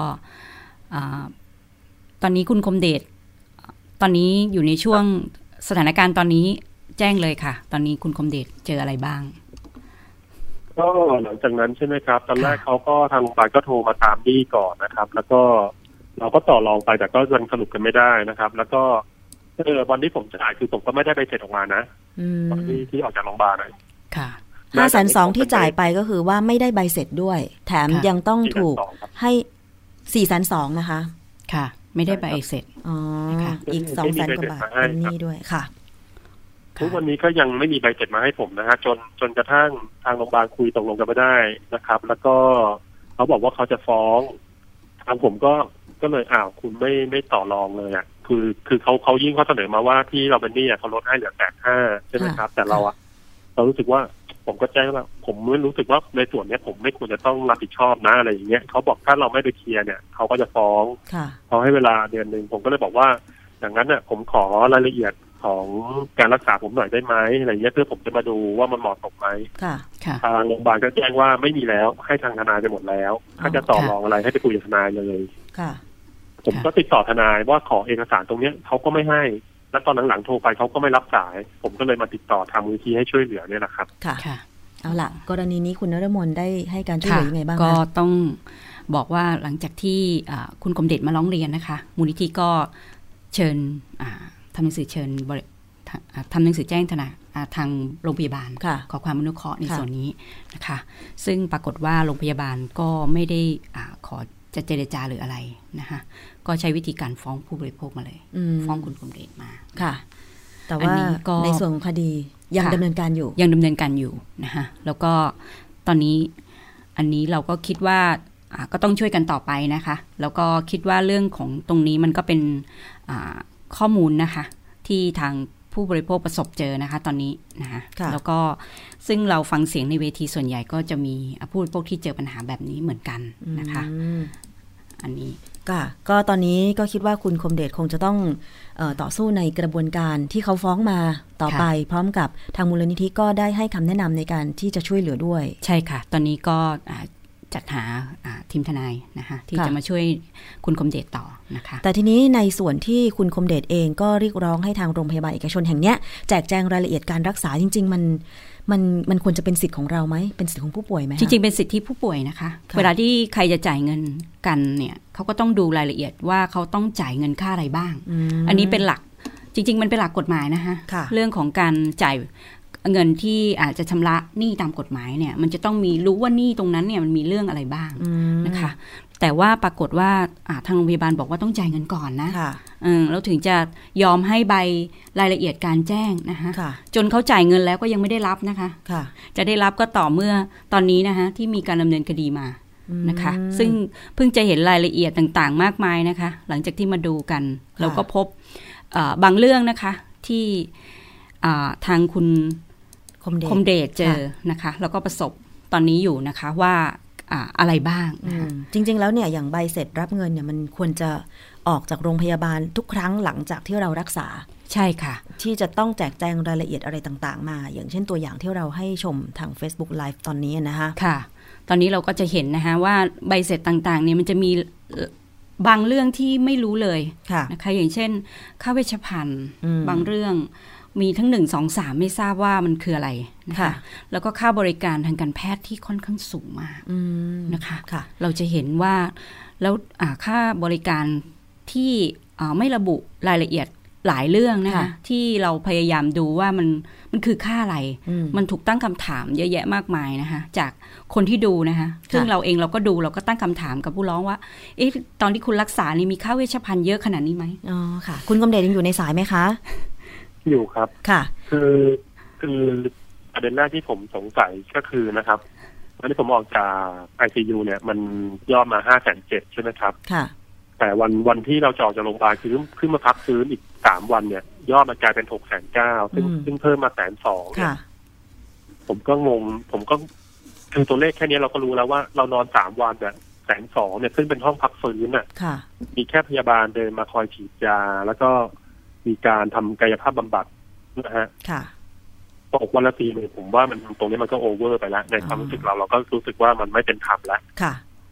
ตอนนี้คุณคมเดชตอนนี้อยู่ในช่วงสถานการณ์ตอนนี้แจ้งเลยค่ะตอนนี้คุณคมเดชเจออะไรบ้างก็หลังจากนั้นใช่ไหมครับตอนแรกเขาก็ทางโรงพยาบาลก็โทรมาตามหนี้ก่อนนะครับแล้วก็เราก็ต่อรองไปแต่ก็ยังสรุปกันไม่ได้นะครับแล้วก็เออวันที่ผมจ่ายคือผมก็ไม่ได้ใบเสร็จออกมานะตอนที่ที่ออกจากโรงพยาบาลนะค่ะห้าแสนสองที่จ่ายไปก็คือว่าไม่ได้ใบเสร็จด้วยแถมยังต้องถูกให้สี่แสนสองนะคะค่ะไม่ได้ใบเสร็จอ๋ออีกสองแสนกว่าบาทเป็นหนี้ด้วยค่ะทุกวันนี้ก็ยังไม่มีใบเสร็จมาให้ผมนะฮะจนจนกระทั่งทางโรงพยาบาลคุยตกลงกันไม่ได้นะครับแล้วก็เขาบอกว่าเขาจะฟ้องทางผมก็ก็เลยอ้าวคุณไม่ไม่ต่อรองเลยอ่ะคือคือเขาเขายิ่งเขาเสนอมาว่าที่เราเป็นหนี้เขาลดให้เหลือแปดห้าใช่ไหมครับแต่เราอ่ะเรารู้สึกว่าผมก็แจ้งว่าผมไม่รู้สึกว่าในส่วนนี้ผมไม่ควรจะต้องรับผิดชอบนะอะไรอย่างเงี้ยเขาบอกถ้าเราไม่ไปเคลียร์เนี่ยเขาก็จะฟ้องเขาให้เวลาเดือนหนึ่งผมก็เลยบอกว่าอย่างนั้นเนี่ยผมขอรายละเอียดของการรักษาผมหน่อยได้ไหมอะไรเงี้ยเพื่อผมจะมาดูว่ามันเหมาะสมไหมทางโรงพยาบาลก็แจ้งว่าไม่มีแล้วให้ทางทนายไปหมดแล้วถ้าจะต่อรองอะไรให้ไปคุยกับทนายเลยผมก็ติดต่อทนายว่าขอเอกสารตรงเนี้ยเขาก็ไม่ให้แล้วตอนหลังๆโทรไปเขาก็ไม่รับสายผมก็เลยมาติดต่อทางมูลนิธิให้ช่วยเหลือเนี่ยแหละครับค่ะเอาล่ะกรณีนี้คุณนฤมลได้ให้การช่วยเหลือยังไงบ้างก็ต้องบอกว่าหลังจากที่คุณคมเดชมาร้องเรียนนะคะมูลนิธิก็เชิญทำหนังสือเชิญทำหนังสือแจ้งธนาทางโรงพยาบาลขอความอนุเคราะห์ในส่วนนี้นะคะซึ่งปรากฏว่าโรงพยาบาลก็ไม่ได้ขอจะเจรจาหรืออะไรนะคะก็ใช้วิธีการฟ้องผู้บริโภคมาเลยฟ้องคุณคมเดชมาค่ะแต่ว่าในส่วนของคดียังดำเนินการอยู่ยังดำเนินการอยู่นะคะแล้วก็ตอนนี้อันนี้เราก็คิดว่าก็ต้องช่วยกันต่อไปนะคะแล้วก็คิดว่าเรื่องของตรงนี้มันก็เป็นข้อมูลนะคะที่ทางผู้บริโภคประสบเจอนะคะตอนนี้นะคะแล้วก็ซึ่งเราฟังเสียงในเวทีส่วนใหญ่ก็จะมีผู้บริโภคที่เจอปัญหาแบบนี้เหมือนกันนะคะอันนี้ก็ก็ตอนนี้ก็คิดว่าคุณคมเดชคงจะต้องเอ่อต่อสู้ในกระบวนการที่เขาฟ้องมาต่อไปพร้อมกับทางมูลนิธิก็ได้ให้คำแนะนำในการที่จะช่วยเหลือด้วยใช่ค่ะตอนนี้ก็จัดหาทีมทนายนะคะที่จะมาช่วยคุณคมเดชต่อนะคะแต่ทีนี้ในส่วนที่คุณคมเดชเองก็เรียกร้องให้ทางโรงพยาบาลเอกชนแห่งเนี้ยแจกแจงรายละเอียดการรักษาจริงๆมันมันมันควรจะเป็นสิทธิ์ของเราไหมเป็นสิทธิ์ของผู้ป่วยไหมจริงๆเป็นสิทธิผู้ป่วยนะคะเวลาที่ใครจะจ่ายเงินกันเนี่ยเขาก็ต้องดูรายละเอียดว่าเขาต้องจ่ายเงินค่าอะไรบ้าง อ, อันนี้เป็นหลักจริงๆมันเป็นหลักกฎหมายนะคะเรื่องของการจ่ายเงินที่อาจจะชำระหนี้ตามกฎหมายเนี่ยมันจะต้องมีรู้ว่าหนี้ตรงนั้นเนี่ยมันมีเรื่องอะไรบ้างนะคะแต่ว่าปรากฏว่าทางโรงพยาบาลบอกว่าต้องจ่ายเงินก่อนนะแล้วถึงจะยอมให้ใบรายละเอียดการแจ้งนะคะจนเขาจ่ายเงินแล้วก็ยังไม่ได้รับนะคะจะได้รับก็ต่อเมื่อตอนนี้นะคะที่มีการดำเนินคดีมานะคะซึ่งเพิ่งจะเห็นรายละเอียดต่างๆมากมายนะคะหลังจากที่มาดูกันเราก็พบบางเรื่องนะคะที่ทางคุณคมเดชเจอนะคะแล้วก็ประสบตอนนี้อยู่นะคะว่าอะไรบ้างจริงๆแล้วเนี่ยอย่างใบเสร็จรับเงินเนี่ยมันควรจะออกจากโรงพยาบาลทุกครั้งหลังจากที่เรารักษาใช่ค่ะที่จะต้องแจกแจงรายละเอียดอะไรต่างๆมาอย่างเช่นตัวอย่างที่เราให้ชมทาง Facebook Live ตอนนี้นะคะค่ะตอนนี้เราก็จะเห็นนะคะว่าใบเสร็จต่างๆเนี่ยมันจะมีบางเรื่องที่ไม่รู้เลยนะคะอย่างเช่นค่าเวชภัณฑ์บางเรื่องมีทั้งหนึ่งสองสามไม่ทราบว่ามันคืออะไรนะคะแล้วก็ค่าบริการทางการแพทย์ที่ค่อนข้างสูงมากนะคะเราจะเห็นว่าแล้วค่าบริการที่ไม่ระบุรายละเอียดหลายเรื่องนะคะที่เราพยายามดูว่ามันมันคือค่าอะไรมันถูกตั้งคำถามเยอะแยะมากมายนะคะจากคนที่ดูนะคะซึ่งเราเองเราก็ดูเราก็ตั้งคำถามกับผู้ร้องว่าเอ๊ะตอนที่คุณรักษานี่มีค่าเวชภัณฑ์เยอะขนาดนี้ไหมอ๋อค่ะคุณคมเดชยังอยู่ในสายไหมคะอยู่ครับค่ะคือคือประเด็นแรกที่ผมสงสัยก็คือนะครับตอนที่ผมออกจาก ไอ ซี ยู เนี่ยมันยอดมาห้าแสนเจ็ดใช่ไหมครับค่ะแต่วันวันที่เราจอดจากโรงพยาบาลคือขึ้นมาพักฟื้นอีกสามวันเนี่ยยอดมันกลายเป็นหกแสนเก้าซึ่งซึ่งเพิ่มมาแสนสองเนี่ยผมก็งงผมก็คือตัวเลขแค่นี้เราก็รู้แล้วว่าเรานอนสามวันเนี่ยแสนสองเนี่ยซึ่งเป็นห้องพักฟื้นอ่ะมีแค่พยาบาลเดินมาคอยฉีดยาแล้วก็มีการทำกายภาพบำบัดนะฮะตกวันละสี่หมื่นผมว่ามันตรงนี้มันก็โอเวอร์ไปแล้วในความรู้สึกเราเราก็รู้สึกว่ามันไม่เป็นธรรมแล้วค่ะ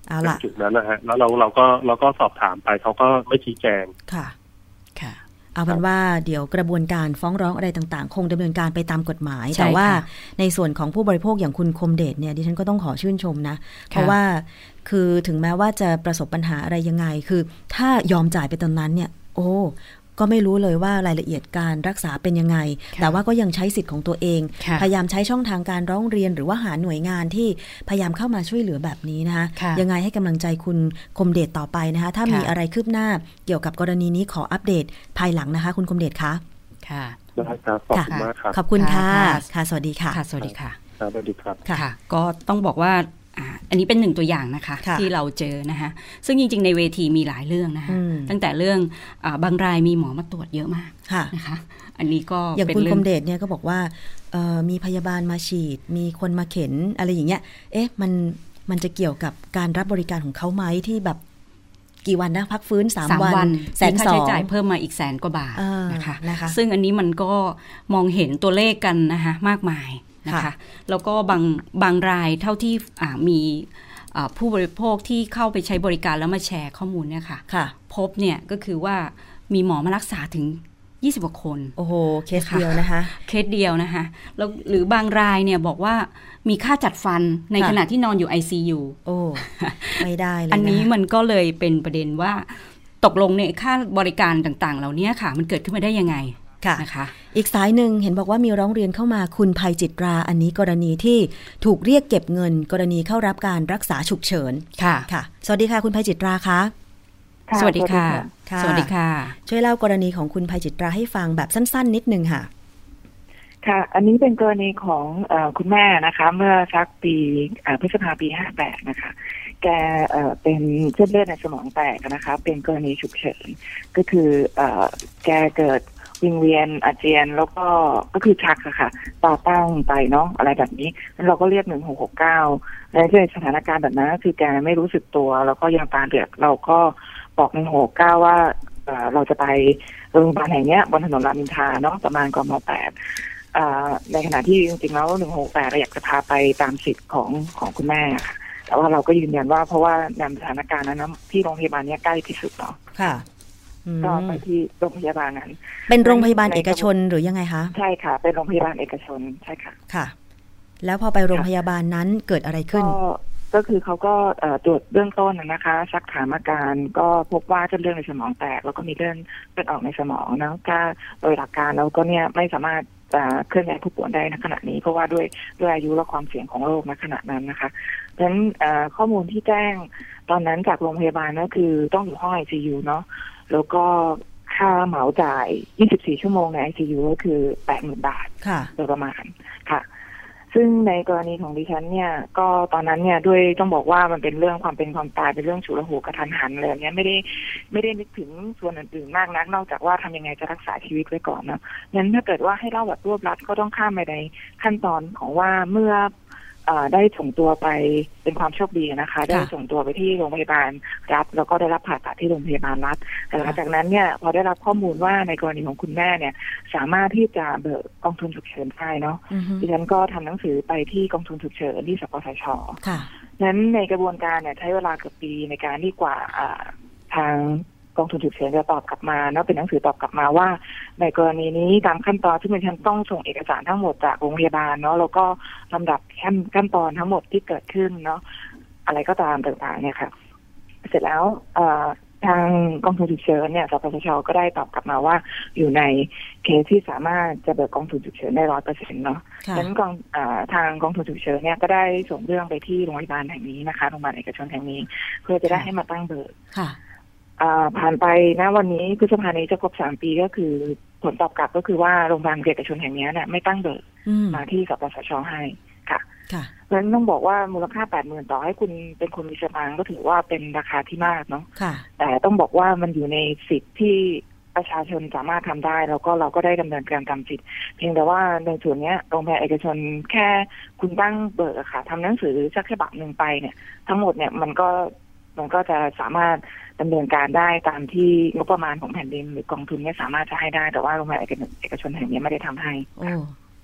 เอาล่ะจุดนั้นนะฮะแล้วเราเราก็เราก็สอบถามไปเขาก็ไม่ชี้แจงค่ะค่ะเอาเป็นว่าเดี๋ยวกระบวนการฟ้องร้องอะไรต่างๆคงดำเนินการไปตามกฎหมายแต่ว่าในส่วนของผู้บริโภคอย่างคุณคมเดชเนี่ยดิฉันก็ต้องขอชื่นชมนะเพราะว่าคือถึงแม้ว่าจะประสบปัญหาอะไรยังไงคือถ้ายอมจ่ายไปตอนนั้นเนี่ยโอ้ก็ไม่รู้เลยว่ารายละเอียดการรักษาเป็นยังไงแต่ว่าก็ยังใช้สิทธิ์ของตัวเองพยายามใช้ช่องทางการร้องเรียนหรือว่าหาหน่วยงานที่พยายามเข้ามาช่วยเหลือแบบนี้นะคะยังไงให้กำลังใจคุณคมเดชต่อไปนะคะถ้ามีอะไรคืบหน้าเกี่ยวกับกรณีนี้ขออัปเดตภายหลังนะคะคุณคมเดชคะค่ะได้ครับขอบคุณมากครับขอบคุณค่ะค่ะสวัสดีค่ะสวัสดีค่ะสวัสดีครับค่ะก็ต้องบอกว่าอันนี้เป็นหนึ่งตัวอย่างนะคะที่เราเจอนะคะซึ่งจริงๆในเวทีมีหลายเรื่องนะคะตั้งแต่เรื่องบางรายมีหมอมาตรวจเยอะมากนะคะอันนี้ก็อย่างคุณคมเดชเนี่ยก็บอกว่ามีพยาบาลมาฉีดมีคนมาเข็นอะไรอย่างเงี้ยเอ๊ะมันมันจะเกี่ยวกับการรับบริการของเขาไหมที่แบบกี่วันนะพักฟื้นสามวันแสนสองค่าใช้จ่ายเพิ่มมาอีกแสนกว่าบาทนะคะนะคะซึ่งอันนี้มันก็มองเห็นตัวเลขกันนะคะมากมายนะคะแล้วก็บางบางรายเท่าที่มีผู้บริโภคที่เข้าไปใช้บริการแล้วมาแชร์ข้อมูลเนี่ยค่ะพบเนี่ยก็คือว่ามีหมอมารักษาถึงยี่สิบกว่าคนโอ้โหเคสเดียวนะคะเคสเดียวนะคะแล้วหรือบางรายเนี่ยบอกว่ามีค่าจัดฟันในขณะที่นอนอยู่ ไอ ซี ยูโอ้ไม่ได้เลยนะอันนี้มันก็เลยเป็นประเด็นว่าตกลงเนี่ยค่าบริการต่างๆเหล่านี้ค่ะมันเกิดขึ้นมาได้ยังไงนะคะอีกสายหนึ่งเห็นบอกว่ามีร้องเรียนเข้ามาคุณภัยจิตราอันนี้กรณีที่ถูกเรียกเก็บเงินกรณีเข้ารับการรักษาฉุกเฉินค่ะค่ะสวัสดีค่ะคุณภัยจิตราคะสวัสดีค่ะสวัสดีค่ะช่วยเล่ากรณีของคุณภัยจิตราให้ฟังแบบสั้นๆนิดนึงค่ะค่ะอันนี้เป็นกรณีของเอ่อคุณแม่นะคะเมื่อสักปีพฤษภาปีห้าแปดนะคะแกเอ่อเป็นเส้นเลือดในสมองแตกนะคะเป็นกรณีฉุกเฉินก็คือเอ่อแกเกิดวิงเวียนอาเจียนแล้วก็ก็คือชักอะค่ะตาตั้งไปเนาะอะไรแบบนี้แล้วเราก็เรียกหนึ่งหกหกเก้าและในสถานการณ์แบบนั้นคือแกไม่รู้สึกตัวแล้วก็ยังตาเหลือกเราก็บอกหนึ่งหกเก้าว่าเอ่อเราจะไปโรงพยาบาลแห่งนี้บนถนนรามอินทราเนาะประมาณกม.แปดในขณะที่จริงๆแล้วหนึ่งหกแปดเราอยากจะพาไปตามสิทธิ์ของของคุณแม่ค่ะแต่ว่าเราก็ยืนยันว่าเพราะว่าในสถานการณ์นั้นที่โรงพยาบาลนี้ใกล้ที่สุดเนาะค่ะก็ไปที่โรงพยาบาลนั้นเป็นโรงพยาบาลเอกชนหรือยังไงคะใช่ค่ะเป็นโรงพยาบาลเอกชนใช่ค่ะค่ะแล้วพอไปโรงพยาบาลนั้นเกิดอะไรขึ้นก็คือเขาก็ตรวจเบื้องต้นนะคะซักถามอาการก็พบว่าเส้นเลือดในสมองแตกแล้วก็มีเลือดเลือดออกในสมองนะก็โดยหลักการแล้วก็เนี่ยไม่สามารถจะเคลื่อนย้ายผู้ป่วยได้ในขณะนี้เพราะว่าด้วยด้วยอายุและความเสี่ยงของโรคในขณะนั้นนะคะดังนั้นข้อมูลที่แจ้งตอนนั้นจากโรงพยาบาลก็คือต้องอยู่ห้อง ไอ ซี ยู เนาะแล้วก็ค่าเหมาจ่ายยี่สิบสี่ชั่วโมงใน ไอ ซี ยู ก็คือ แปดหมื่น บาทโดยประมาณค่ะซึ่งในกรณีของดิฉันเนี่ยก็ตอนนั้นเนี่ยด้วยต้องบอกว่ามันเป็นเรื่องความเป็นความตายเป็นเรื่องฉุกละหุกกระทันหันเลยเนี่ยไม่ได้ไม่ได้นึกถึงส่วนอื่นๆมากนักนอกจากว่าทำยังไงจะรักษาชีวิตไว้ก่อนนะงั้นถ้าเกิดว่าให้เล่าแบบรวบรัดก็ต้องข้ามไปในขั้นตอนของว่าเมื่อได้ส่งตัวไปเป็นความโชคดีนะคะได้ส่งตัวไปที่โรงพยาบาลรัฐแล้วก็ได้รับผ่าตัดที่โรงพยาบาลรัฐแต่หลังจากนั้นเนี่ยพอได้รับข้อมูลว่าในกรณีของคุณแม่เนี่ยสามารถที่จะเบิกกองทุนฉุกเฉินได้เนาะดิฉันก็ทำหนังสือไปที่กองทุนฉุกเฉินที่สปสช.นั้นในกระบวนการเนี่ยใช้เวลาเกือบปีในการที่กว่าทางกองทุนฉุกเฉินจะตอบกลับมาเนาะเป็นหนังสือตอบกลับมาว่าในกรณีนี้ตามขั้นตอนที่ฉันต้องส่งเอกสารทั้งหมดจากโรงพยาบาลเนาะแล้วก็ลำดับขั้นขั้นตอนทั้งหมดที่เกิดขึ้นเนาะอะไรก็ตามต่างๆเนี่ยค่ะเสร็จแล้วทางกองทุนฉุกเฉินเนี่ยสปสช.ก็ได้ตอบกลับมาว่าอยู่ในเคสที่สามารถจะเบิกกองทุนฉุกเฉินได้ร้อยเปอร์เซ็นต์เนาะดังนั้นกองทางกองทุนฉุกเฉินเนี่ยก็ได้ส่งเรื่องไปที่โรงพยาบาลแห่งนี้นะคะโรงพยาบาลเอกชนแห่งนี้เพื่อจะได้ให้มาตั้งเบิกผ่านไปนะวันนี้พฤษภาคมนี้จะครบสามปีก็คือผลตอบกลับก็คือว่าโรงพยาบาลเอกชนแห่งนี้เนี่ยไม่ตั้งเบิกมาที่สปสช.ให้ค่ะเพราะฉะนั้นต้องบอกว่ามูลค่า แปดหมื่น ต่อให้คุณเป็นคนมีสตางค์ก็ถือว่าเป็นราคาที่มากเนาะแต่ต้องบอกว่ามันอยู่ในสิทธิ์ที่ประชาชนสามารถทำได้แล้วก็เราก็ได้ดำเนินการตามสิทธิ์เพียงแต่ว่าในส่วนนี้โรงพยาบาลเอกชนแค่คุณตั้งเบิกอะค่ะทำหนังสือสักฉบับหนึ่งไปเนี่ยทั้งหมดเนี่ยมันก็มันก็จะสามารถดำเนินการได้ตามที่งบประมาณของแผ่นดินหรือกองทุนเนี่ยสามารถจะให้ได้แต่ว่าโรงพยาบาลเอกชนแห่งนี้ไม่ได้ทำให้โอ้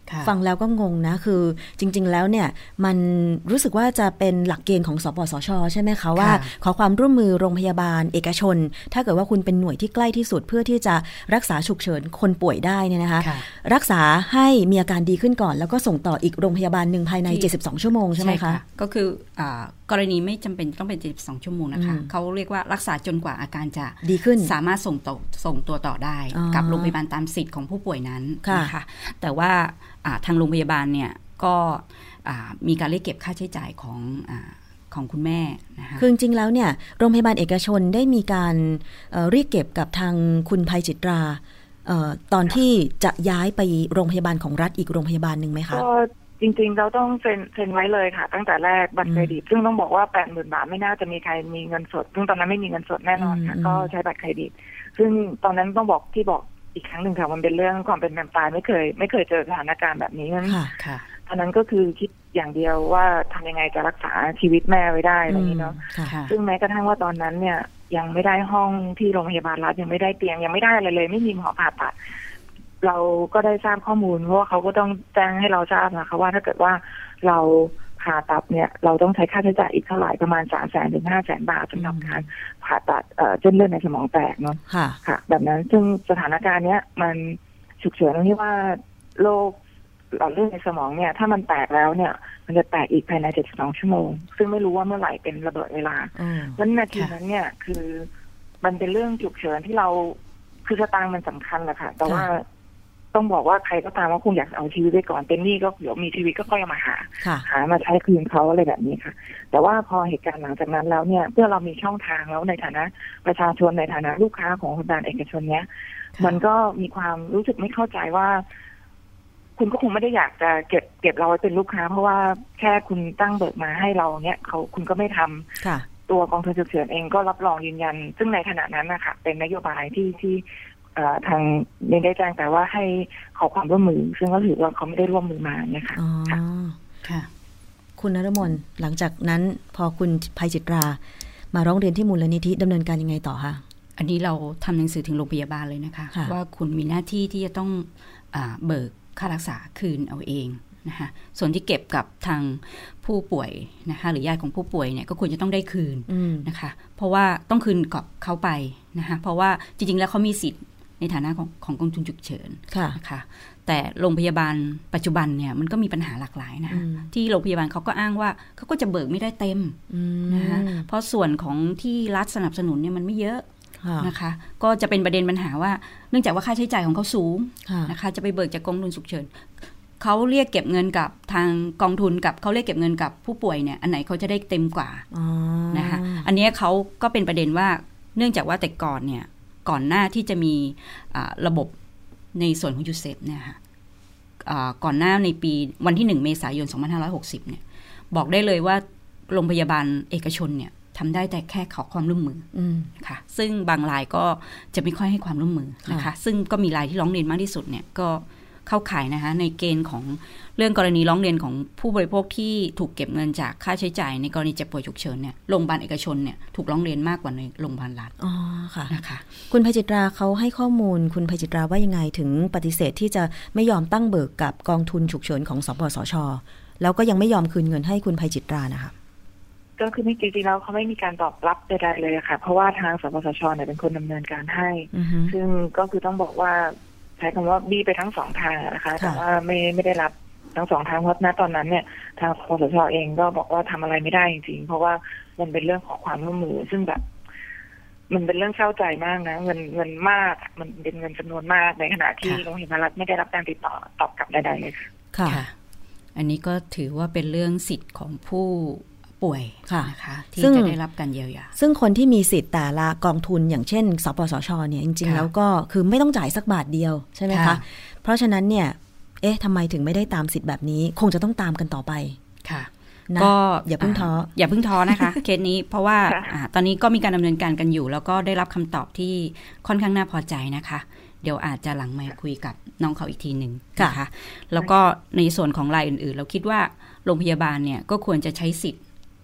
ฟังแล้วก็งงนะคือจริงๆแล้วเนี่ยมันรู้สึกว่าจะเป็นหลักเกณฑ์ของสปสช.ใช่ไหมคะว่าขอความร่วมมือโรงพยาบาลเอกชนถ้าเกิดว่าคุณเป็นหน่วยที่ใกล้ที่สุดเพื่อที่จะรักษาฉุกเฉินคนป่วยได้เนี่ยนะคะรักษาให้มีอาการดีขึ้นก่อนแล้วก็ส่งต่ออีกโรงพยาบาลหนึ่งภายในเจ็ดสิบสองชั่วโมงใช่ไหมคะก็คือกรณีไม่จำเป็นต้องเป็นเจ็ดสิบสองชั่วโมงนะคะเขาเรียกว่ารักษาจนกว่าอาการจะดีขึ้นสามารถส่งต่อส่งตัวต่อได้กับโรงพยาบาลตามสิทธิ์ของผู้ป่วยนั้นนะคะแต่ว่าทางโรงพยาบาลเนี่ยก็มีการเรียกเก็บค่าใช้จ่ายของของคุณแม่นะคะคือจริงๆแล้วเนี่ยโรงพยาบาลเอกชนได้มีการเอ่อเรียกเก็บกับทางคุณภัยจิตราเอ่อตอนที่จะย้ายไปโรงพยาบาลของรัฐอีกโรงพยาบาลนึงไหมคะก็จริงๆเราต้องเซ็นเซ็นไว้เลยค่ะตั้งแต่แรกบัตรเครดิตซึ่งต้องบอกว่า แปดหมื่น บาทไม่น่าจะมีใครมีเงินสดซึ่งตอนนั้นไม่มีเงินสดแน่นอนค่ะก็ใช้บัตรเครดิตซึ่งตอนนั้นต้องบอกที่บอกอีกครั้งหนึ่งค่ะมันเป็นเรื่องความเป็นแบบตายไม่เคยไม่เคยเจอสถานการณ์แบบนี้นั้นตอนนั้นก็คือคิดอย่างเดียวว่าทำยังไงจะรักษาชีวิตแม่ไว้ได้อะไรนี้เนาะซึ่งแม้กระทั่งว่าตอนนั้นเนี่ยยังไม่ได้ห้องที่โรงพยาบาลรัฐยังไม่ได้เตียงยังไม่ได้อะไรเลยไม่มีหมอผ่าตัดเราก็ได้ทราบข้อมูลเพราะว่าเขาก็ต้องแจ้งให้เราทราบนะคะว่าถ้าเกิดว่าเราผ่าตัดเนี่ยเราต้องใช้ค่าใช้จ่ายอีกเท่าไหร่ประมาณสามแสนถึงห้าแสนบาทสำหรับการผ่าตัดเส้นเลือดในสมองแตกเนาะค่ะแบบนั้นซึ่งสถานการณ์เนี้ยมันฉุกเฉินตรงที่ว่าโรคหลอดเลือดในสมองเนี่ยถ้ามันแตกแล้วเนี่ยมันจะแตกอีกภายในเจ็ดสิบสองชั่วโมงซึ่งไม่รู้ว่าเมื่อไหร่เป็นระเบิดเวลาเพราะนาทีนั้นเนี่ยคือมันเป็นเรื่องฉุกเฉินที่เราคือสตางค์มันสำคัญแหละค่ะแต่ว่าต้องบอกว่าใครก็ตามว่าคงอยากเอาชีวิตไว้ก่อนเป็นหนี้ก็เดี๋ยวมีชีวิตก็ค่อยมาหาหามาใช้คืนเขาอะไรแบบนี้ค่ะแต่ว่าพอเหตุการณ์หลังจากนั้นแล้วเนี่ยเมื่อเรามีช่องทางแล้วในฐานะประชาชนในฐานะลูกค้าของโรงพยาบาลเอกชนเนี้ยมันก็มีความรู้สึกไม่เข้าใจว่าคุณก็คงไม่ได้อยากจะเก็บเก็บเราไว้เป็นลูกค้าเพราะว่าแค่คุณตั้งเบิกมาให้เราเนี่ยเขาคุณก็ไม่ทำตัวกองทุนฉุกเฉินเองก็รับรองยืนยันซึ่งในขณะนั้นนะคะเป็นนโยบายที่ที่ทางนี้ได้แจ้งแต่ว่าให้ขอความร่วมมือซึ่งก็ถือว่าเขาไม่ได้ร่วมมือมาเนี่ยค่ะค่ะคุณนฤมลหลังจากนั้นพอคุณภัยจิตรามาร้องเรียนที่มูลนิธิดำเนินการยังไงต่อคะอันนี้เราทำหนังสือถึงโรงพยาบาลเลยนะคะว่าคุณมีหน้าที่ที่จะต้องเบิกค่ารักษาคืนเอาเองนะคะส่วนที่เก็บกับทางผู้ป่วยนะคะหรือญาติของผู้ป่วยเนี่ยก็ควรจะต้องได้คืนนะคะเพราะว่าต้องคืนกับเขาไปนะคะเพราะว่าจริงๆแล้วเขามีสิทธิ์ในฐานะของของกองทุนฉุกเฉินนะคะแต่โรงพยาบาลปัจจุบันเนี่ยมันก็มีปัญหาหลากหลายนะที่โรงพยาบาลเขาก็อ้างว่าเขาก็จะเบิกไม่ได้เต็มนะคะเพราะส่วนของที่รัฐสนับสนุนเนี่ยมันไม่เยอะนะคะก็จะเป็นประเด็นปัญหาว่าเนื่องจากว่าค่าใช้จ่ายของเขาสูงนะคะจะไปเบิกจากกองทุนฉุกเฉินเขาเรียกเก็บเงินกับทางกองทุนกับเขาเรียกเก็บเงินกับผู้ป่วยเนี่ยอันไหนเขาจะได้เต็มกว่านะคะอันนี้เขาก็เป็นประเด็นว่าเนื่องจากว่าแต่ก่อนเนี่ยก่อนหน้าที่จะมีระบบในส่วนของยูเซฟเนี่ยค่ะก่อนหน้าในปีวันที่หนึ่งเมษายนสองพันห้าร้อยหกสิบเนี่ยบอกได้เลยว่าโรงพยาบาลเอกชนเนี่ยทำได้แต่แค่ขอความร่วมมือค่ะซึ่งบางรายก็จะไม่ค่อยให้ความร่วมมือนะคะซึ่งก็มีรายที่ร้องเรียนมากที่สุดเนี่ยก็เข้าข่ายนะคะในเกณฑ์ของเรื่องกรณีร้องเรียนของผู้บริโภคที่ถูกเก็บเงินจากค่าใช้จ่ายในกรณีเจ็บป่วยฉุกเฉินเนี่ยโรงพยาบาลเอกชนเนี่ยถูกร้องเรียนมากกว่าในโรงพยาบาลรัฐอ๋อค่ะนะคะคุณภัยจิตราเขาให้ข้อมูลคุณภัยจิตราว่ายังไงถึงปฏิเสธที่จะไม่ยอมตั้งเบิกกับกองทุนฉุกเฉินของสปสช.แล้วก็ยังไม่ยอมคืนเงินให้คุณภัยจิตรานะคะก็คือไม่จริงๆแล้วเขาไม่มีการตอบรับใดๆเลยค่ะเพราะว่าทางสปสช.เนี่ยเป็นคนดำเนินการให้ซึ่งก็คือต้องบอกว่าใช้คำว่าบี้ไปทั้งสองทางนะคะแต่ว่าไม่ไม่ได้รับทั้งสองทางเพราะณตอนนั้นเนี่ยทางคสช.เองก็บอกว่าทำอะไรไม่ได้จริงๆเพราะว่ามันเป็นเรื่องของความร่วมมือซึ่งแบบมันเป็นเรื่องเศร้าใจมากนะเงินเงินมากมันเป็นเงินจำนวนมากในขณะที่โรงพยาบาลรัฐไม่ได้รับการติดต่อตอบกลับใดๆเลยค่ะค่ะอันนี้ก็ถือว่าเป็นเรื่องสิทธิ์ของผู้ป่วยนะคะที่จะได้รับการเยียวยาซึ่งคนที่มีสิทธิ์แต่ละกองทุนอย่างเช่นสปสช.เนี่ยจริงๆแล้วก็คือไม่ต้องจ่ายสักบาทเดียวใช่ไหมคะเพราะฉะนั้นเนี่ยเอ๊ะทำไมถึงไม่ได้ตามสิทธิ์แบบนี้คงจะต้องตามกันต่อไปค่ะก็อย่าเพิ่งท้ออย่าเพิ่งท้อนะคะเคสนี้เพราะว่าตอนนี้ก็มีการดำเนินการกันอยู่แล้วก็ได้รับคำตอบที่ค่อนข้างน่าพอใจนะคะเดี๋ยวอาจจะหลังไมค์คุยกับน้องเขาอีกทีหนึ่งนะคะแล้วก็ในส่วนของรายอื่นๆเราคิดว่าโรงพยาบาลเนี่ยก็ควรจะใช้สิทธิ์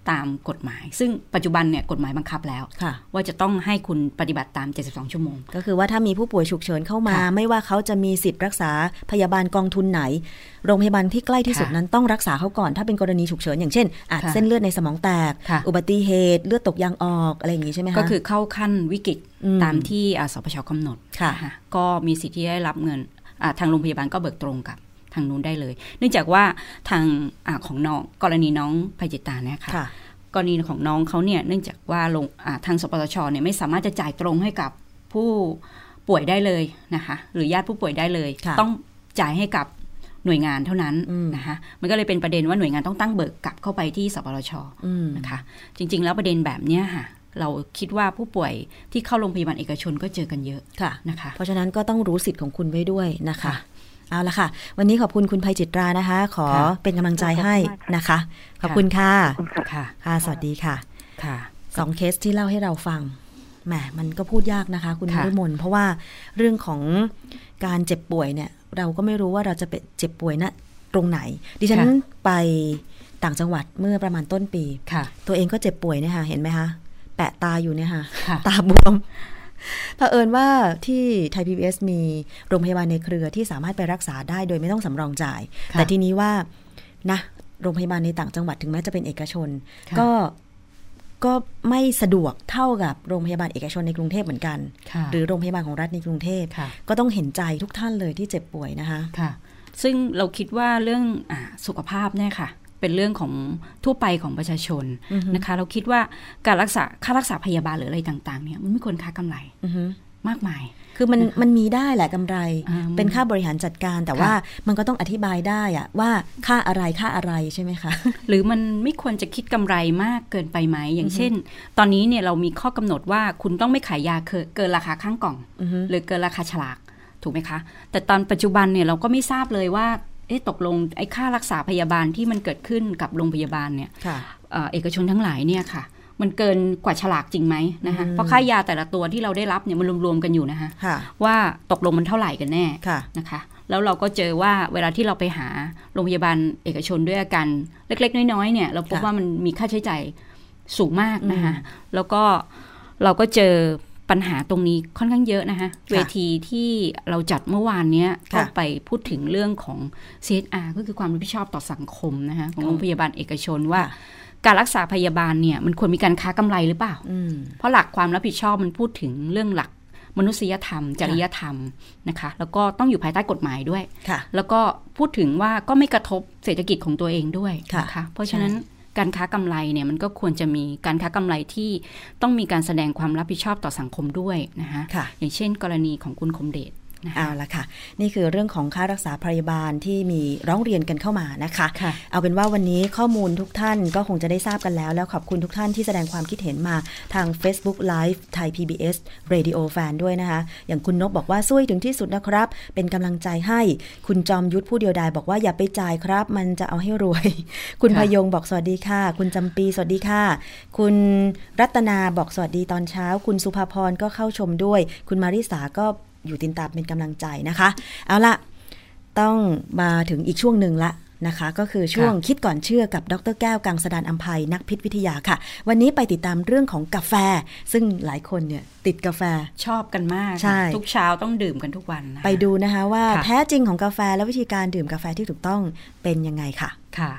ตามกฎหมายซึ่งปัจจุบันเนี่ยกฎหมายบังคับแล้วว่าจะต้องให้คุณปฏิบัติตามเจ็ดสิบสองชั่วโมงก็คือว่าถ้ามีผู้ป่วยฉุกเฉินเข้ามาไม่ว่าเขาจะมีสิทธิ์รักษาพยาบาลกองทุนไหนโรงพยาบาลที่ใกล้ที่สุดนั้นต้องรักษาเขาก่อนถ้าเป็นกรณีฉุกเฉินอย่างเช่นอาจเส้นเลือดในสมองแตกอุบัติเหตุเลือดตกยางออกอะไรอย่างนี้ใช่ไหมคะก็คือเข้าขั้นวิกฤตตามที่สปช.กำหนดก็มีสิทธิ์ที่ได้รับเงินทางโรงพยาบาลก็เบิกตรงกับทางนู้นได้เลยเนื่องจากว่าทางอของน้องกรณีน้องภัยจิตาเนี่ยค่ะกรณีของน้องเขาเนี่ยเนื่องจากว่าลงทางสปสช.เนี่ยไม่สามารถจะจ่ายตรงให้กับผู้ป่วยได้เลยนะคะหรือญาติผู้ป่วยได้เลยต้องจ่ายให้กับหน่วยงานเท่านั้นนะคะมันก็เลยเป็นประเด็นว่าหน่วยงานต้องตั้งเบิกกลับเข้าไปที่สปสช.นะคะจริงๆแล้วประเด็นแบบนี้ค่ะเราคิดว่าผู้ป่วยที่เข้าโรงพยาบาลเอกชนก็เจอกันเยอะค่ะนะคะเพราะฉะนั้นก็ต้องรู้สิทธิ์ของคุณไว้ด้วยนะคะเอาละค่ะวันนี้ขอบคุณคุณภัยจิตรานะคะขอเป็นกำลังใจให้นะคะขอบคุณค่ะค่ะค่ะสวัสดีค่ะค่ะสองเคสที่เล่าให้เราฟังแหมมันก็พูดยากนะคะคุณนิมนต์เพราะว่าเรื่องของการเจ็บป่วยเนี่ยเราก็ไม่รู้ว่าเราจะเป็นเจ็บป่วยณตรงไหนดิฉันไปต่างจังหวัดเมื่อประมาณต้นปีตัวเองก็เจ็บป่วยเนี่ยค่ะเห็นไหมคะแปะตาอยู่เนี่ยค่ะตาบวมเผอิญว่าที่ไทย พี บี เอส มีโรงพยาบาลในเครือที่สามารถไปรักษาได้โดยไม่ต้องสำรองจ่ายแต่ทีนี้ว่านะโรงพยาบาลในต่างจังหวัดถึงแม้จะเป็นเอกชนก็ก็ไม่สะดวกเท่ากับโรงพยาบาลเอกชนในกรุงเทพเหมือนกันหรือโรงพยาบาลของรัฐในกรุงเทพก็ต้องเห็นใจทุกท่านเลยที่เจ็บป่วยนะคะค่ะซึ่งเราคิดว่าเรื่องอ่าสุขภาพเนี่ยค่ะเป็นเรื่องของทั่วไปของประชาชนนะคะเราคิดว่าการรักษาค่ารักษาพยาบาลหรืออะไรต่างๆเนี่ยมันไม่ควรค้ากำไรมากมายคือมันมันมีได้แหละกำไรเป็นค่าบริหารจัดการแต่ว่ามันก็ต้องอธิบายได้อะว่าค่าอะไรค่าอะไรใช่ไหมคะหรือมันไม่ควรจะคิดกำไรมากเกินไปไหมอย่างเช่นตอนนี้เนี่ยเรามีข้อกำหนดว่าคุณต้องไม่ขายยาเกินราคาข้างกล่องหรือเกินราคาฉลากถูกไหมคะแต่ตอนปัจจุบันเนี่ยเราก็ไม่ทราบเลยว่าเอ๊ะตกลงไอ้ค่ารักษาพยาบาลที่มันเกิดขึ้นกับโรงพยาบาลเนี่ยเอกชนทั้งหลายเนี่ยค่ะมันเกินกว่าฉลากจริงไหมนะคะเพราะค่ายาแต่ละตัวที่เราได้รับเนี่ยมันรวมๆกันอยู่นะคะว่าตกลงมันเท่าไหร่กันแน่นะคะแล้วเราก็เจอว่าเวลาที่เราไปหาโรงพยาบาลเอกชนด้วยอาการเล็กๆน้อยๆเนี่ยเราพบว่ามันมีค่าใช้จ่ายสูงมากนะคะแล้วก็เราก็เจอปัญหาตรงนี้ค่อนข้างเยอะนะคะเวทีที่เราจัดเมื่อวานนี้ก็ไปพูดถึงเรื่องของ ซี เอส อาร์ ก็คือความรับผิดชอบต่อสังคมนะคะของโรงพยาบาลเอกชนว่าการรักษาพยาบาลเนี่ยมันควรมีการค้ากำไรหรือเปล่าเพราะหลักความรับผิดชอบมันพูดถึงเรื่องหลักมนุษยธรรมจริยธรรมนะคะแล้วก็ต้องอยู่ภายใต้กฎหมายด้วยแล้วก็พูดถึงว่าก็ไม่กระทบเศรษฐกิจของตัวเองด้วยนะคะเพราะฉะนั้นการค้ากำไรเนี่ยมันก็ควรจะมีการค้ากำไรที่ต้องมีการแสดงความรับผิดชอบต่อสังคมด้วยนะคะอย่างเช่นกรณีของคุณคมเดชเอาละค่ะนี่คือเรื่องของค่ารักษาพยาบาลที่มีร้องเรียนกันเข้ามานะคะเอาเป็นว่าวันนี้ข้อมูลทุกท่านก็คงจะได้ทราบกันแล้วแล้วขอบคุณทุกท่านที่แสดงความคิดเห็นมาทาง Facebook Live ไทย พี บี เอส Radio Fan ด้วยนะคะอย่างคุณนกบอกว่าสู้ถึงที่สุดนะครับเป็นกำลังใจให้คุณจอมยุทธผู้เดียวดายบอกว่าอย่าไปจ่ายครับมันจะเอาให้รวยคุณพยงบอกสวัสดีค่ะคุณจำปีสวัสดีค่ะคุณรัตนาบอกสวัสดีตอนเช้าคุณสุภาพรก็เข้าชมด้วยคุณมาริสาก็อยู่ติดตามเป็นกำลังใจนะคะเอาละต้องมาถึงอีกช่วงหนึ่งละนะคะก็คือช่วงคิดก่อนเชื่อกับดร.แก้วกังสดาลอำไพนักพิษวิทยาค่ะวันนี้ไปติดตามเรื่องของกาแฟซึ่งหลายคนเนี่ยติดกาแฟชอบกันมากทุกเช้าต้องดื่มกันทุกวันไปดูนะคะว่าแท้จริงของกาแฟและวิธีการดื่มกาแฟที่ถูกต้องเป็นยังไงค่ะค่ะ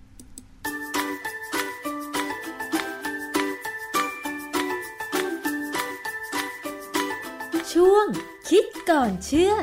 ช่วงคิดก่อนเชื่อ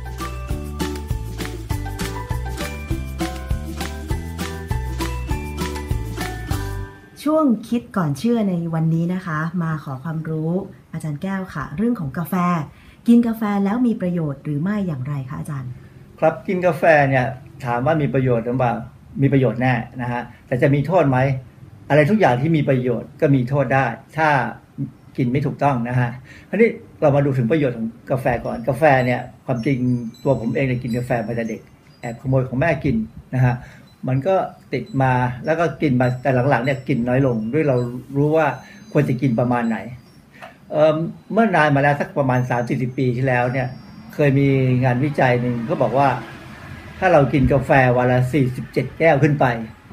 ช่วงคิดก่อนเชื่อในวันนี้นะคะมาขอความรู้อาจารย์แก้วค่ะเรื่องของกาแฟกินกาแฟแล้วมีประโยชน์หรือไม่อย่างไรคะอาจารย์ครับกินกาแฟเนี่ยถามว่ามีประโยชน์หรือเปล่ามีประโยชน์แน่นะฮะแต่จะมีโทษไหมอะไรทุกอย่างที่มีประโยชน์ก็มีโทษได้ถ้ากินไม่ถูกต้องนะฮะคราวนี้เรามาดูถึงประโยชน์ของกาแฟก่อนกาแฟเนี่ยความจริงตัวผมเองเนี่ยกินกาแฟมาแต่เด็กแอบขโมยของแม่กินนะฮะมันก็ติดมาแล้วก็กินมาแต่หลังๆเนี่ยกินน้อยลงด้วยเรารู้ว่าควรจะกินประมาณไหน เอ่อเมื่อนานมาแล้วสักประมาณ สามถึงสี่สิบ ปีที่แล้วเนี่ยเคยมีงานวิจัยหนึ่งเขาบอกว่าถ้าเรากินกาแฟวันละสี่สิบเจ็ดแก้วขึ้นไป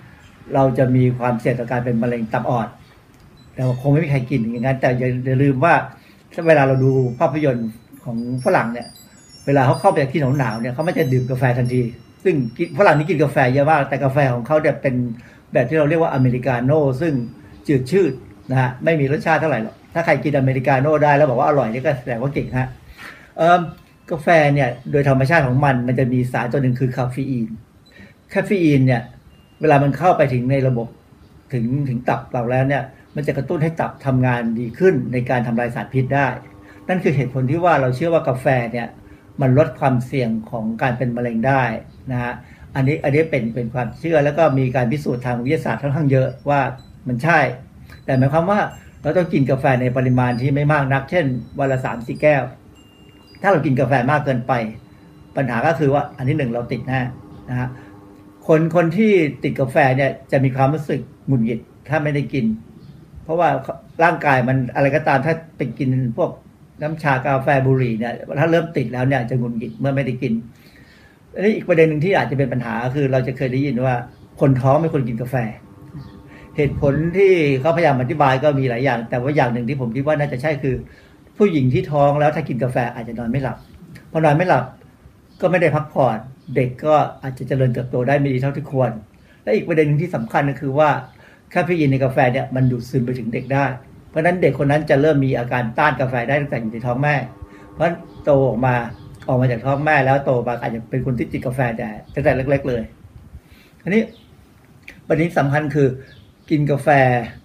เราจะมีความเสี่ยงต่อการเป็นมะเร็งตับอ่อนแต่คงไม่มีใครกินอย่างนั้นแต่อย่าลืมว่าถ้าเวลาเราดูภาพยนตร์ของฝรั่งเนี่ยเวลาเขาเข้าไปที่หนาวๆเนี่ยเขาไม่จะดื่มกาแฟทันทีซึ่งฝรั่งนี่กินกาแฟเยอะมากแต่กาแฟของเขาเนี่ยเป็นแบบที่เราเรียกว่าอเมริกาโน่ซึ่งจืดชืดนะฮะไม่มีรสชาติเท่าไหร่หรอกถ้าใครกินอเมริกาโน่ได้แล้วบอกว่าอร่อยนี่ก็แสดงว่าเก่งฮะเอ่อกาแฟเนี่ยโดยธรรมชาติของมันมันจะมีสารตัวหนึ่งคือคาเฟอีนคาเฟอีนเนี่ยเวลามันเข้าไปถึงในระบบถึงถึงตับเราแล้วเนี่ยมันจะกระตุ้นให้ตับทำงานดีขึ้นในการทำลายสารพิษได้นั่นคือเหตุผลที่ว่าเราเชื่อว่ากาแฟเนี่ยมันลดความเสี่ยงของการเป็นมะเร็งได้นะฮะอันนี้อันนี้เป็นเป็นความเชื่อแล้วก็มีการพิสูจน์ทางวิทยาศาสตร์ค่อนข้างเยอะว่ามันใช่แต่หมายความว่าเราต้องกินกาแฟในปริมาณที่ไม่มากนักเช่นวันละสามสี่แก้วถ้าเรากินกาแฟมากเกินไปปัญหาก็คือว่าอันที่หนึ่งเราติดแน่นะฮะคนคนที่ติดกาแฟเนี่ยจะมีความรู้สึกหงุดหงิดถ้าไม่ได้กินเพราะว่าร่างกายมันอะไรก็ตามถ้าไปกินพวกน้ำชากาแฟบุหรี่เนี่ยถ้าเริ่มติดแล้วเนี่ยจะหงุดหงิดเมื่อไม่ได้กินอันนี้อีกประเด็นหนึ่งที่อาจจะเป็นปัญหาคือเราจะเคยได้ยินว่าคนท้องไม่ควรกินกาแฟเหตุผลที่เขาพยายามอธิบายก็มีหลายอย่างแต่ว่าอย่างหนึ่งที่ผมคิดว่าน่าจะใช่คือผู้หญิงที่ท้องแล้วถ้ากินกาแฟอาจจะนอนไม่หลับพอนอนไม่หลับก็ไม่ได้พักผ่อนเด็กก็อาจจะเจริญเติบโตได้ไม่ดีเท่าที่ควรและอีกประเด็นนึงที่สำคัญก็คือว่าคาเฟอีนในกาแฟเนี่ยมันดูดซึมไปถึงเด็กได้เพราะฉะนั้นเด็กคนนั้นจะเริ่มมีอาการต้านกาแฟได้ตั้งแต่อยู่ในท้องแม่เพราะโตออกมาออกมาจากท้องแม่แล้วโตมาอาจจะเป็นคนที่ติดกาแฟแต่ตั้งแต่เล็กๆเลยอันนี้ประเด็นสำคัญคือกินกาแฟ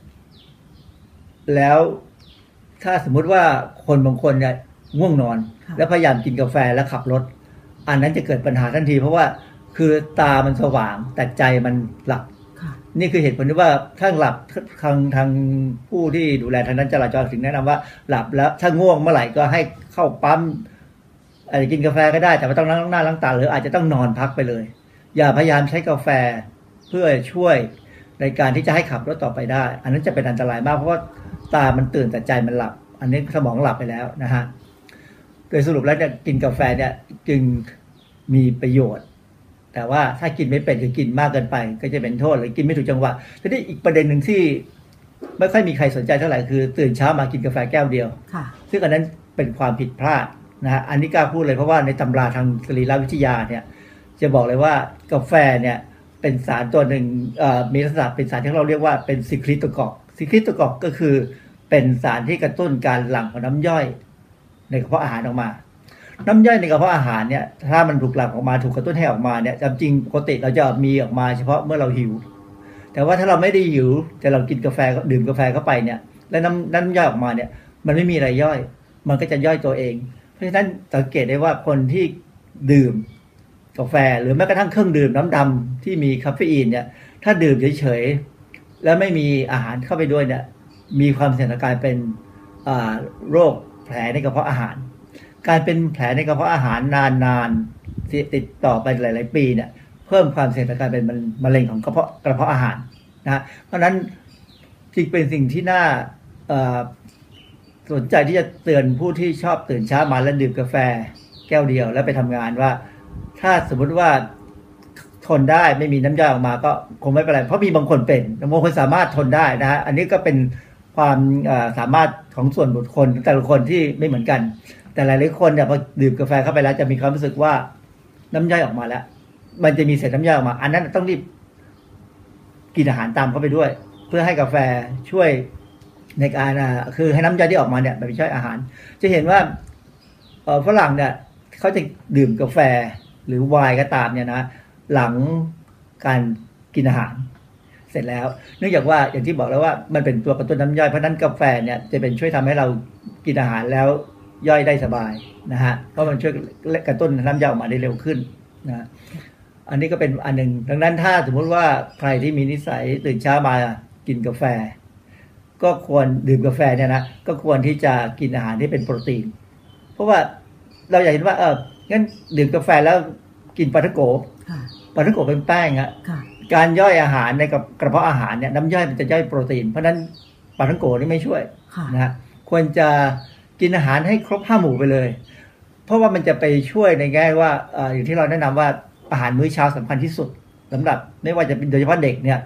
แล้วถ้าสมมุติว่าคนบางคนเนี่ยง่วงนอนแล้วพยายามกินกาแฟแล้วขับรถอันนั้นจะเกิดปัญหาทันทีเพราะว่าคือตามันสว่างแต่ใจมันหลับนี่คือเหตุผลที่ว่าถ้าหลับทางทางผู้ที่ดูแลทางด้านจราจรถึงแนะนำว่าหลับแล้วถ้าง่วงเมื่อไหร่ก็ให้เข้าปั๊มอาจจะกินกาแฟก็ได้แต่ไม่ต้องล้างหน้าล้างตาหรืออาจจะต้องนอนพักไปเลยอย่าพยายามใช้กาแฟเพื่อช่วยในการที่จะให้ขับรถต่อไปได้อันนั้นจะเป็นอันตรายมากเพราะว่าตามันตื่นแต่ใจมันหลับอันนี้สมองหลับไปแล้วนะฮะโดยสรุปแล้วเนี่ยกินกาแฟเนี่ยจึงมีประโยชน์แต่ว่าถ้ากินไม่เป็นคือกินมากเกินไปก็จะเป็นโทษหรือกินไม่ถูกจังหวะทีนี้อีกประเด็นหนึ่งที่ไม่ค่อยมีใครสนใจเท่าไหร่คือตื่นเช้ามากินกาแฟแก้วเดียวซึ่งอันนั้นเป็นความผิดพลาดนะฮะอันนี้กล้าพูดเลยเพราะว่าในตำราทางสรีรวิทยาเนี่ยจะบอกเลยว่ากาแฟเนี่ยเป็นสารตัวหนึ่งมีลักษณะเป็นสารที่เราเรียกว่าเป็นซิคลิโตกอกซิคลิโตกอกก็คือเป็นสารที่กระตุ้นการหลั่งของน้ำย่อยในกระเพาะอาหารออกมาน้ำย่อยในกระเพาะอาหารเนี่ยถ้ามันถูกหลั่งออกมาถูกกระตุ้นให้ออกมาเนี่ยจริงปกติเราจะมีออกมาเฉพาะเมื่อเราหิวแต่ว่าถ้าเราไม่ได้หิวแต่เรากินกาแฟดื่มกาแฟเข้าไปเนี่ยแล้วน้ำน้ำย่อยออกมาเนี่ยมันไม่มีอะไรย่อยมันก็จะย่อยตัวเองเพราะฉะนั้นสังเกตได้ว่าคนที่ดื่มกาแฟหรือแม้กระทั่งเครื่องดื่มน้ำดำที่มีคาเฟอีนเนี่ยถ้าดื่มเฉยๆแล้วไม่มีอาหารเข้าไปด้วยเนี่ยมีความเสี่ยงต่อการเป็นโรคแผลในกระเพาะอาหารการเป็นแผลในกระเพาะอาหารนานๆติดต่อไปหลายๆปีเนี่ยเพิ่มความเสี่ยงต่อการเป็นมะเร็งของกระเพาะกระเพาะอาหารนะเพราะฉะนั้นจึงเป็นสิ่งที่น่าสนใจที่จะเตือนผู้ที่ชอบตื่นเช้ามาแล้วดื่มกาแฟแก้วเดียวแล้วไปทำงานว่าถ้าสมมติว่าทนได้ไม่มีน้ำย่อยออกมาก็คงไม่เป็นไรเพราะมีบางคนเป็นบางคนสามารถทนได้นะฮะอันนี้ก็เป็นความสามารถของส่วนบุคคลแต่ละคนที่ไม่เหมือนกันแต่หลายๆคนเนี่ยพอดื่มกาแฟเข้าไปแล้วจะมีความรู้สึกว่าน้ำย่อยออกมาแล้วมันจะมีเศษน้ำย่อยออกมาอันนั้นต้องรีบกินอาหารตามเข้าไปด้วยเพื่อให้กาแฟช่วยในการคือให้น้ำย่อยที่ออกมาเนี่ยไปช่วยอาหารจะเห็นว่าฝรั่งเนี่ยเขาจะดื่มกาแฟหรือไวน์ก็ตามเนี่ยนะหลังการกินอาหารเสร็จแล้วเนื่องจากว่าอย่างที่บอกแล้วว่ามันเป็นตัวกระตุ้นน้ำย่อยเพราะนั้นกาแฟเนี่ยจะเป็นช่วยทำให้เรากินอาหารแล้วย่อยได้สบายนะฮะเพราะมันช่วยกระตุ้นน้ำย่อยออกมาได้เร็วขึ้นนะอันนี้ก็เป็นอันหนึ่งดังนั้นถ้าสมมุติว่าใครที่มีนิสัยตื่นเช้ามากินกาแฟก็ควรดื่มกาแฟเนี่ยนะก็ควรที่จะกินอาหารที่เป็นโปรตีนเพราะว่าเราอยากเห็นว่าเอองั้นดื่มกาแฟแล้วกินปลาท่องโกปลาท่องโกเป็นแป้งอะการย่อยอาหารในกระเพาะอาหารเนี่ยน้ำย่อยมันจะย่อยโปรตีนเพราะนั้นปลาท่องโกนี่ไม่ช่วยนะควรจะกินอาหารให้ครบห้าหมู่ไปเลยเพราะว่ามันจะไปช่วยในแง่ว่าอย่างที่เราแนะนำว่าอาหารมื้อเช้าสำคัญที่สุดสำหรับไม่ว่าจะเป็นโดยเฉพาะเด็กเนี่ยท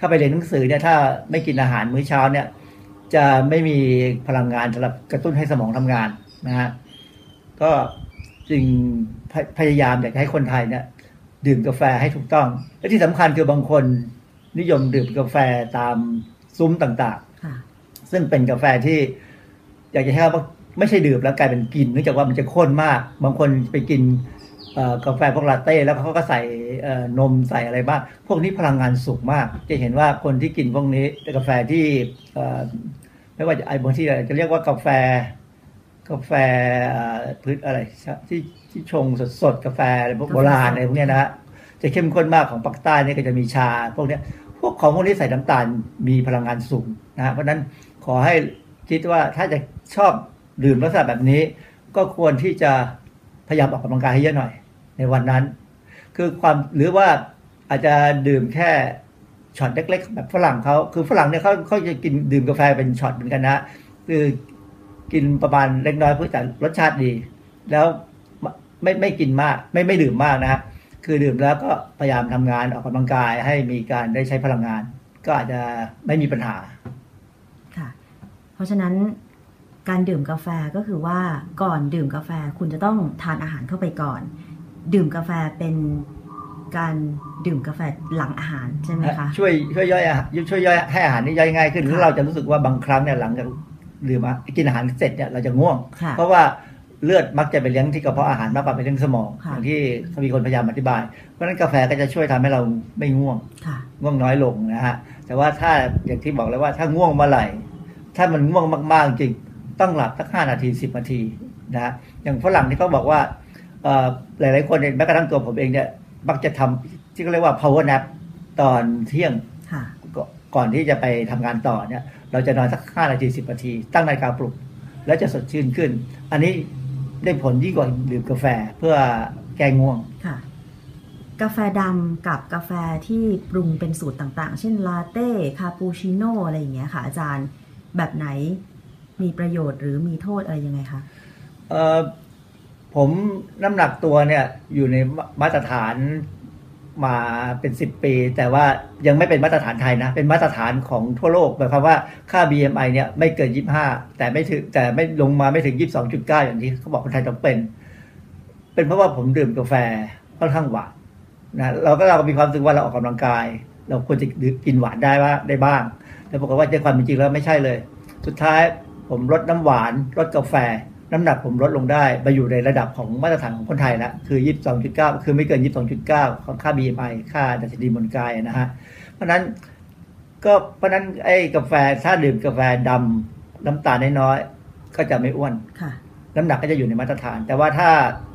ถ้าไปเรียนหนังสือเนี่ยถ้าไม่กินอาหารมื้อเช้าเนี่ยจะไม่มีพลังงานสำหรับกระตุ้นให้สมองทำงานนะฮะก็จึงพยายามอยากให้คนไทยเนี่ยดื่มกาแฟให้ถูกต้องและที่สำคัญคือบางคนนิยมดื่มกาแฟตามซุ้มต่างๆซึ่งเป็นกาแฟที่อยากจะให้ว่าไม่ใช่ดื่มแล้วกลายเป็นกินเนื่องจากว่ามันจะข้นมากบางคนไปกินกาแฟพวกลาเต้แล้วเขาก็ใส่นมใส่อะไรบ้างพวกนี้พลังงานสูงมากจะเห็นว่าคนที่กินพวกนี้กาแฟที่ไม่ว่าจะไอ้บางที่จะเรียกว่ากาแฟกาแฟพื้นอะไรที่ที่ชงสดๆกาแฟอะไรพวกโบราณอะไรพวกนี้นะฮะจะเข้มข้นมากของปากใต้นี่ก็จะมีชาพวกนี้พวกของพวกนี้ใส่น้ำตาลมีพลังงานสูงนะฮะเพราะนั้นขอให้คิดว่าถ้าจะชอบดื่มลักษณะแบบนี้ก็ควรที่จะพยายามออกกำลังกายให้เยอะหน่อยในวันนั้นคือความหรือว่าอาจจะดื่มแค่ช็อตเล็กๆแบบฝรั่งเขาคือฝรั่งเนี่ยเขาเขาจะกินดื่มกาแฟเป็นช็อตเหมือนกันนะคือกินประมาณเล็กน้อยเพื่อแต่รสชาติดีแล้วไม่ไม่กินมากไม่ไม่ดื่มมากนะฮะคือดื่มแล้วก็พยายามทำงานออกกำลังกายให้มีการได้ใช้พลังงานก็อาจจะไม่มีปัญหาค่ะเพราะฉะนั้นการดื่มกาแฟก็คือว่าก่อนดื่มกาแฟคุณจะต้องทานอาหารเข้าไปก่อนดื่มกาแฟเป็นการดื่มกาแฟหลังอาหารใช่ไหมคะช่วยช่วยย่อยช่วยย่อยให้อาหารนี่ย่อยง่ายขึ้นหรือเราจะรู้สึกว่าบางครั้งเนี่ยหลังจากดื่มกินอาหารเสร็จเนี่ยเราจะง่วงเพราะว่าเลือดมักจะไปเลี้ยงที่กระเพาะอาหารมากกว่าไปเลี้ยงสมองอย่างที่มีคนพยายามอธิบายเพราะฉะนั้นกาแฟก็จะช่วยทำให้เราไม่ง่วงง่วงน้อยลงนะฮะแต่ว่าถ้าอย่างที่บอกแล้วว่าถ้าง่วงเมื่อไหร่ถ้ามันง่วงมากๆจริงต้องหลับสักห้านาทีสิบนาทีนะฮะอย่างฝรั่งที่เขาบอกว่าหลายๆคนแม้กระทั่งตัวผมเองเนี่ยมักจะทำที่เขาเรียกว่า power nap ตอนเที่ยงก่อนที่จะไปทำงานต่อเนี่ยเราจะนอนสักห้านาทีสิบนาทีตั้งนาฬิกาปลุกแล้วจะสดชื่นขึ้นอันนี้ได้ผลยิ่งกว่าดื่มกาแฟเพื่อแก้ง่วงค่ะกาแฟดำกับกาแฟที่ปรุงเป็นสูตรต่างๆเช่นลาเต้คาปูชิโน่อะไรอย่างเงี้ยค่ะอาจารย์แบบไหนมีประโยชน์หรือมีโทษอะไรยังไงคะเอ่อผมน้ำหนักตัวเนี่ยอยู่ในมาตรฐานมาเป็นสิบปีแต่ว่ายังไม่เป็นมาตรฐานไทยนะเป็นมาตรฐานของทั่วโลกหมายความว่าค่า บี เอ็ม ไอ เนี่ยไม่เกินยี่สิบห้าแต่ไม่ถึงแต่ไม่ลงมาไม่ถึง ยี่สิบสองจุดเก้า อย่างที่เขาบอกคนไทยต้องเป็นเป็นเพราะว่าผมดื่มกาแฟค่อนข้างหวานนะเราก็เราก็มีความรู้สึกว่าเราออกกำลังกายเราควรจะกินหวานได้ว่าได้บ้างแต่ปรากฏว่าในความเป็นจริงแล้วไม่ใช่เลยสุดท้ายผมลดน้ำหวานลดกาแฟน้ำหนักผมลดลงได้ไปอยู่ในระดับของมาตรฐานของคนไทยแล้วคือ ยี่สิบสองจุดเก้า คือไม่เกิน ยี่สิบสองจุดเก้า ของค่า บี เอ็ม ไอ ค่าดัชนีมวลกายนะฮะเพราะนั้นก็เพราะนั้นไอ้กาแฟถ้าดื่มกาแฟดำน้ำตาลน้อยๆก็จะไม่อ้วนน้ำหนักก็จะอยู่ในมาตรฐานแต่ว่าถ้า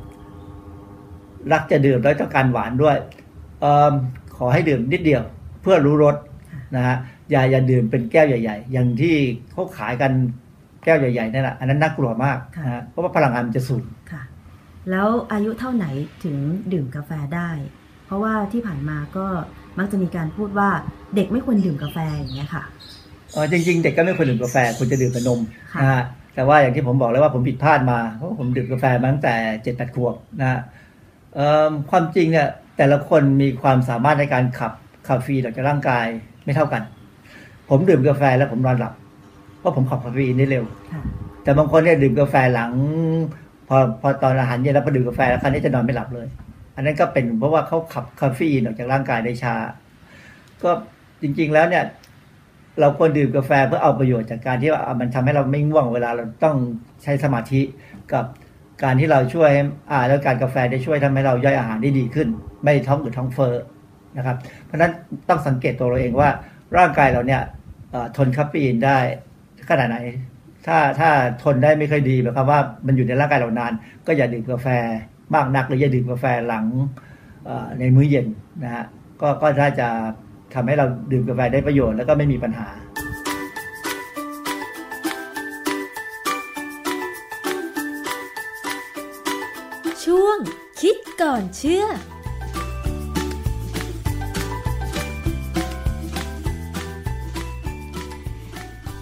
รักจะดื่มแล้วต้องการหวานด้วยเอ่อขอให้ดื่มนิดเดียวเพื่อรู้รสนะฮะอย่าอย่าดื่มเป็นแก้วใหญ่ๆอย่างที่เขาขายกันแก้วใหญ่ๆนั่นแหละอันนั้นน่ากลัวมากนะเพราะว่าพลังงานมันจะสูงค่ะแล้วอายุเท่าไหนถึงดื่มกาแฟได้เพราะว่าที่ผ่านมาก็มักจะมีการพูดว่าเด็กไม่ควรดื่มกาแฟอย่างเงี้ยค่ะอ๋อจริงๆเด็กก็ไม่ควรดื่มกาแฟควรจะดื่มแต่นมนะฮะแต่ว่าอย่างที่ผมบอกแล้วว่าผมผิดพลาดมาเพราะผมดื่มกาแฟมาตั้งแต่เจ็ดแปดขวบนะฮะความจริงเนี่ยแต่ละคนมีความสามารถในการขับคาเฟอีนออกจากร่างกายไม่เท่ากันผมดื่มกาแฟแล้วผมนอนหลับเพราะผมขับคาเฟอีนได้เร็วแต่บางคนเนี่ยดื่มกาแฟหลังพอพอตอนอาหารเย็นแล้วพอดื่มกาแฟแล้วคราวนี้จะนอนไม่หลับเลยอันนั้นก็เป็นเพราะว่าเขาขับคาเฟอีนออกจากร่างกายได้ช้าก็จริงๆแล้วเนี่ยเราควรดื่มกาแฟเพื่อเอาประโยชน์จากการที่ว่ามันทำให้เราไม่ง่วงเวลาเราต้องใช้สมาธิกับการที่เราช่วยอ่าแล้วการกาแฟได้ช่วยทำให้เราย่อยอาหารได้ดีขึ้นไม่ท้องอืดท้องเฟ้อนะครับเพราะฉะนั้นต้องสังเกตตัวเราเองว่าร่างกายเราเนี่ยทนคาเฟอีนได้ขนาดไหนถ้าถ้าทนได้ไม่ค่อยดีหมายความว่ามันอยู่ในร่างกายเรานานก็อย่าดื่มกาแฟมากนักหรืออย่าดื่มกาแฟหลังในมื้อเย็นนะฮะก็ก็น่าจะทำให้เราดื่มกาแฟได้ประโยชน์แล้วก็ไม่มีปัญหาช่วงคิดก่อนเชื่อ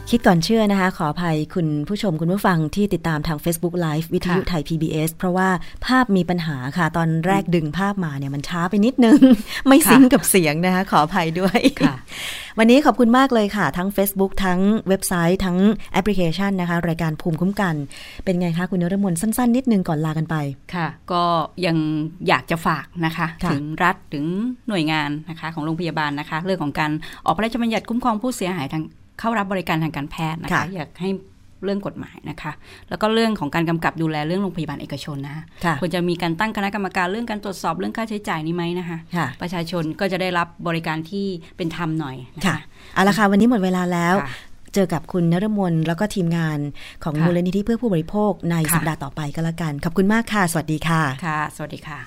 คิดก่อนเชื่อนะคะขออภัยคุณผู้ชมคุณผู้ฟังที่ติดตามทาง Facebook Live วิทยุไทย พี บี เอส เพราะว่าภาพมีปัญหาค่ะตอนแรกดึงภาพมาเนี่ยมันช้าไปนิดนึง ไม่ซิงกับเสียงนะคะขออภัยด้วยวันนี้ขอบคุณมากเลยค่ะทั้ง Facebook ทั้งเว็บไซต์ทั้งแอปพลิเคชันนะคะรายการภูมิคุ้มกันเป็นไงคะคุณนฤมลสั้นๆนิดนึงก่อนลากันไปค่ะก็ยังอยากจะฝากนะคะถึงรัฐถึงหน่วยงานนะคะของโรงพยาบาลนะคะเรื่องของการออกพระราชบัญญัติคุ้มครองผู้เสียหายทางเข้ารับบริการทางการแพทย์นะคะอยากให้เรื่องกฎหมายนะคะแล้วก็เรื่องของการกำกับดูแลเรื่องโรงพยาบาลเอกชนนะคะควรจะมีการตั้งคณะกรรมการเรื่องการตรวจสอบเรื่องค่าใช้จ่ายนี้ไหมนะคะประชาชนก็จะได้รับบริการที่เป็นธรรมหน่อยนะคะเอาละค่ะวันนี้หมดเวลาแล้วเจอกับคุณนฤมลแล้วก็ทีมงานของมูลนิธิเพื่อผู้บริโภคในสัปดาห์ต่อไปก็แล้วกันขอบคุณมากค่ะสวัสดีค่ะค่ะสวัสดีค่ะ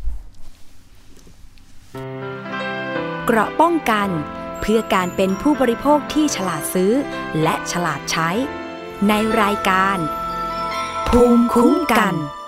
เกราะป้องกันเพื่อการเป็นผู้บริโภคที่ฉลาดซื้อและฉลาดใช้ในรายการภูมิคุ้มกัน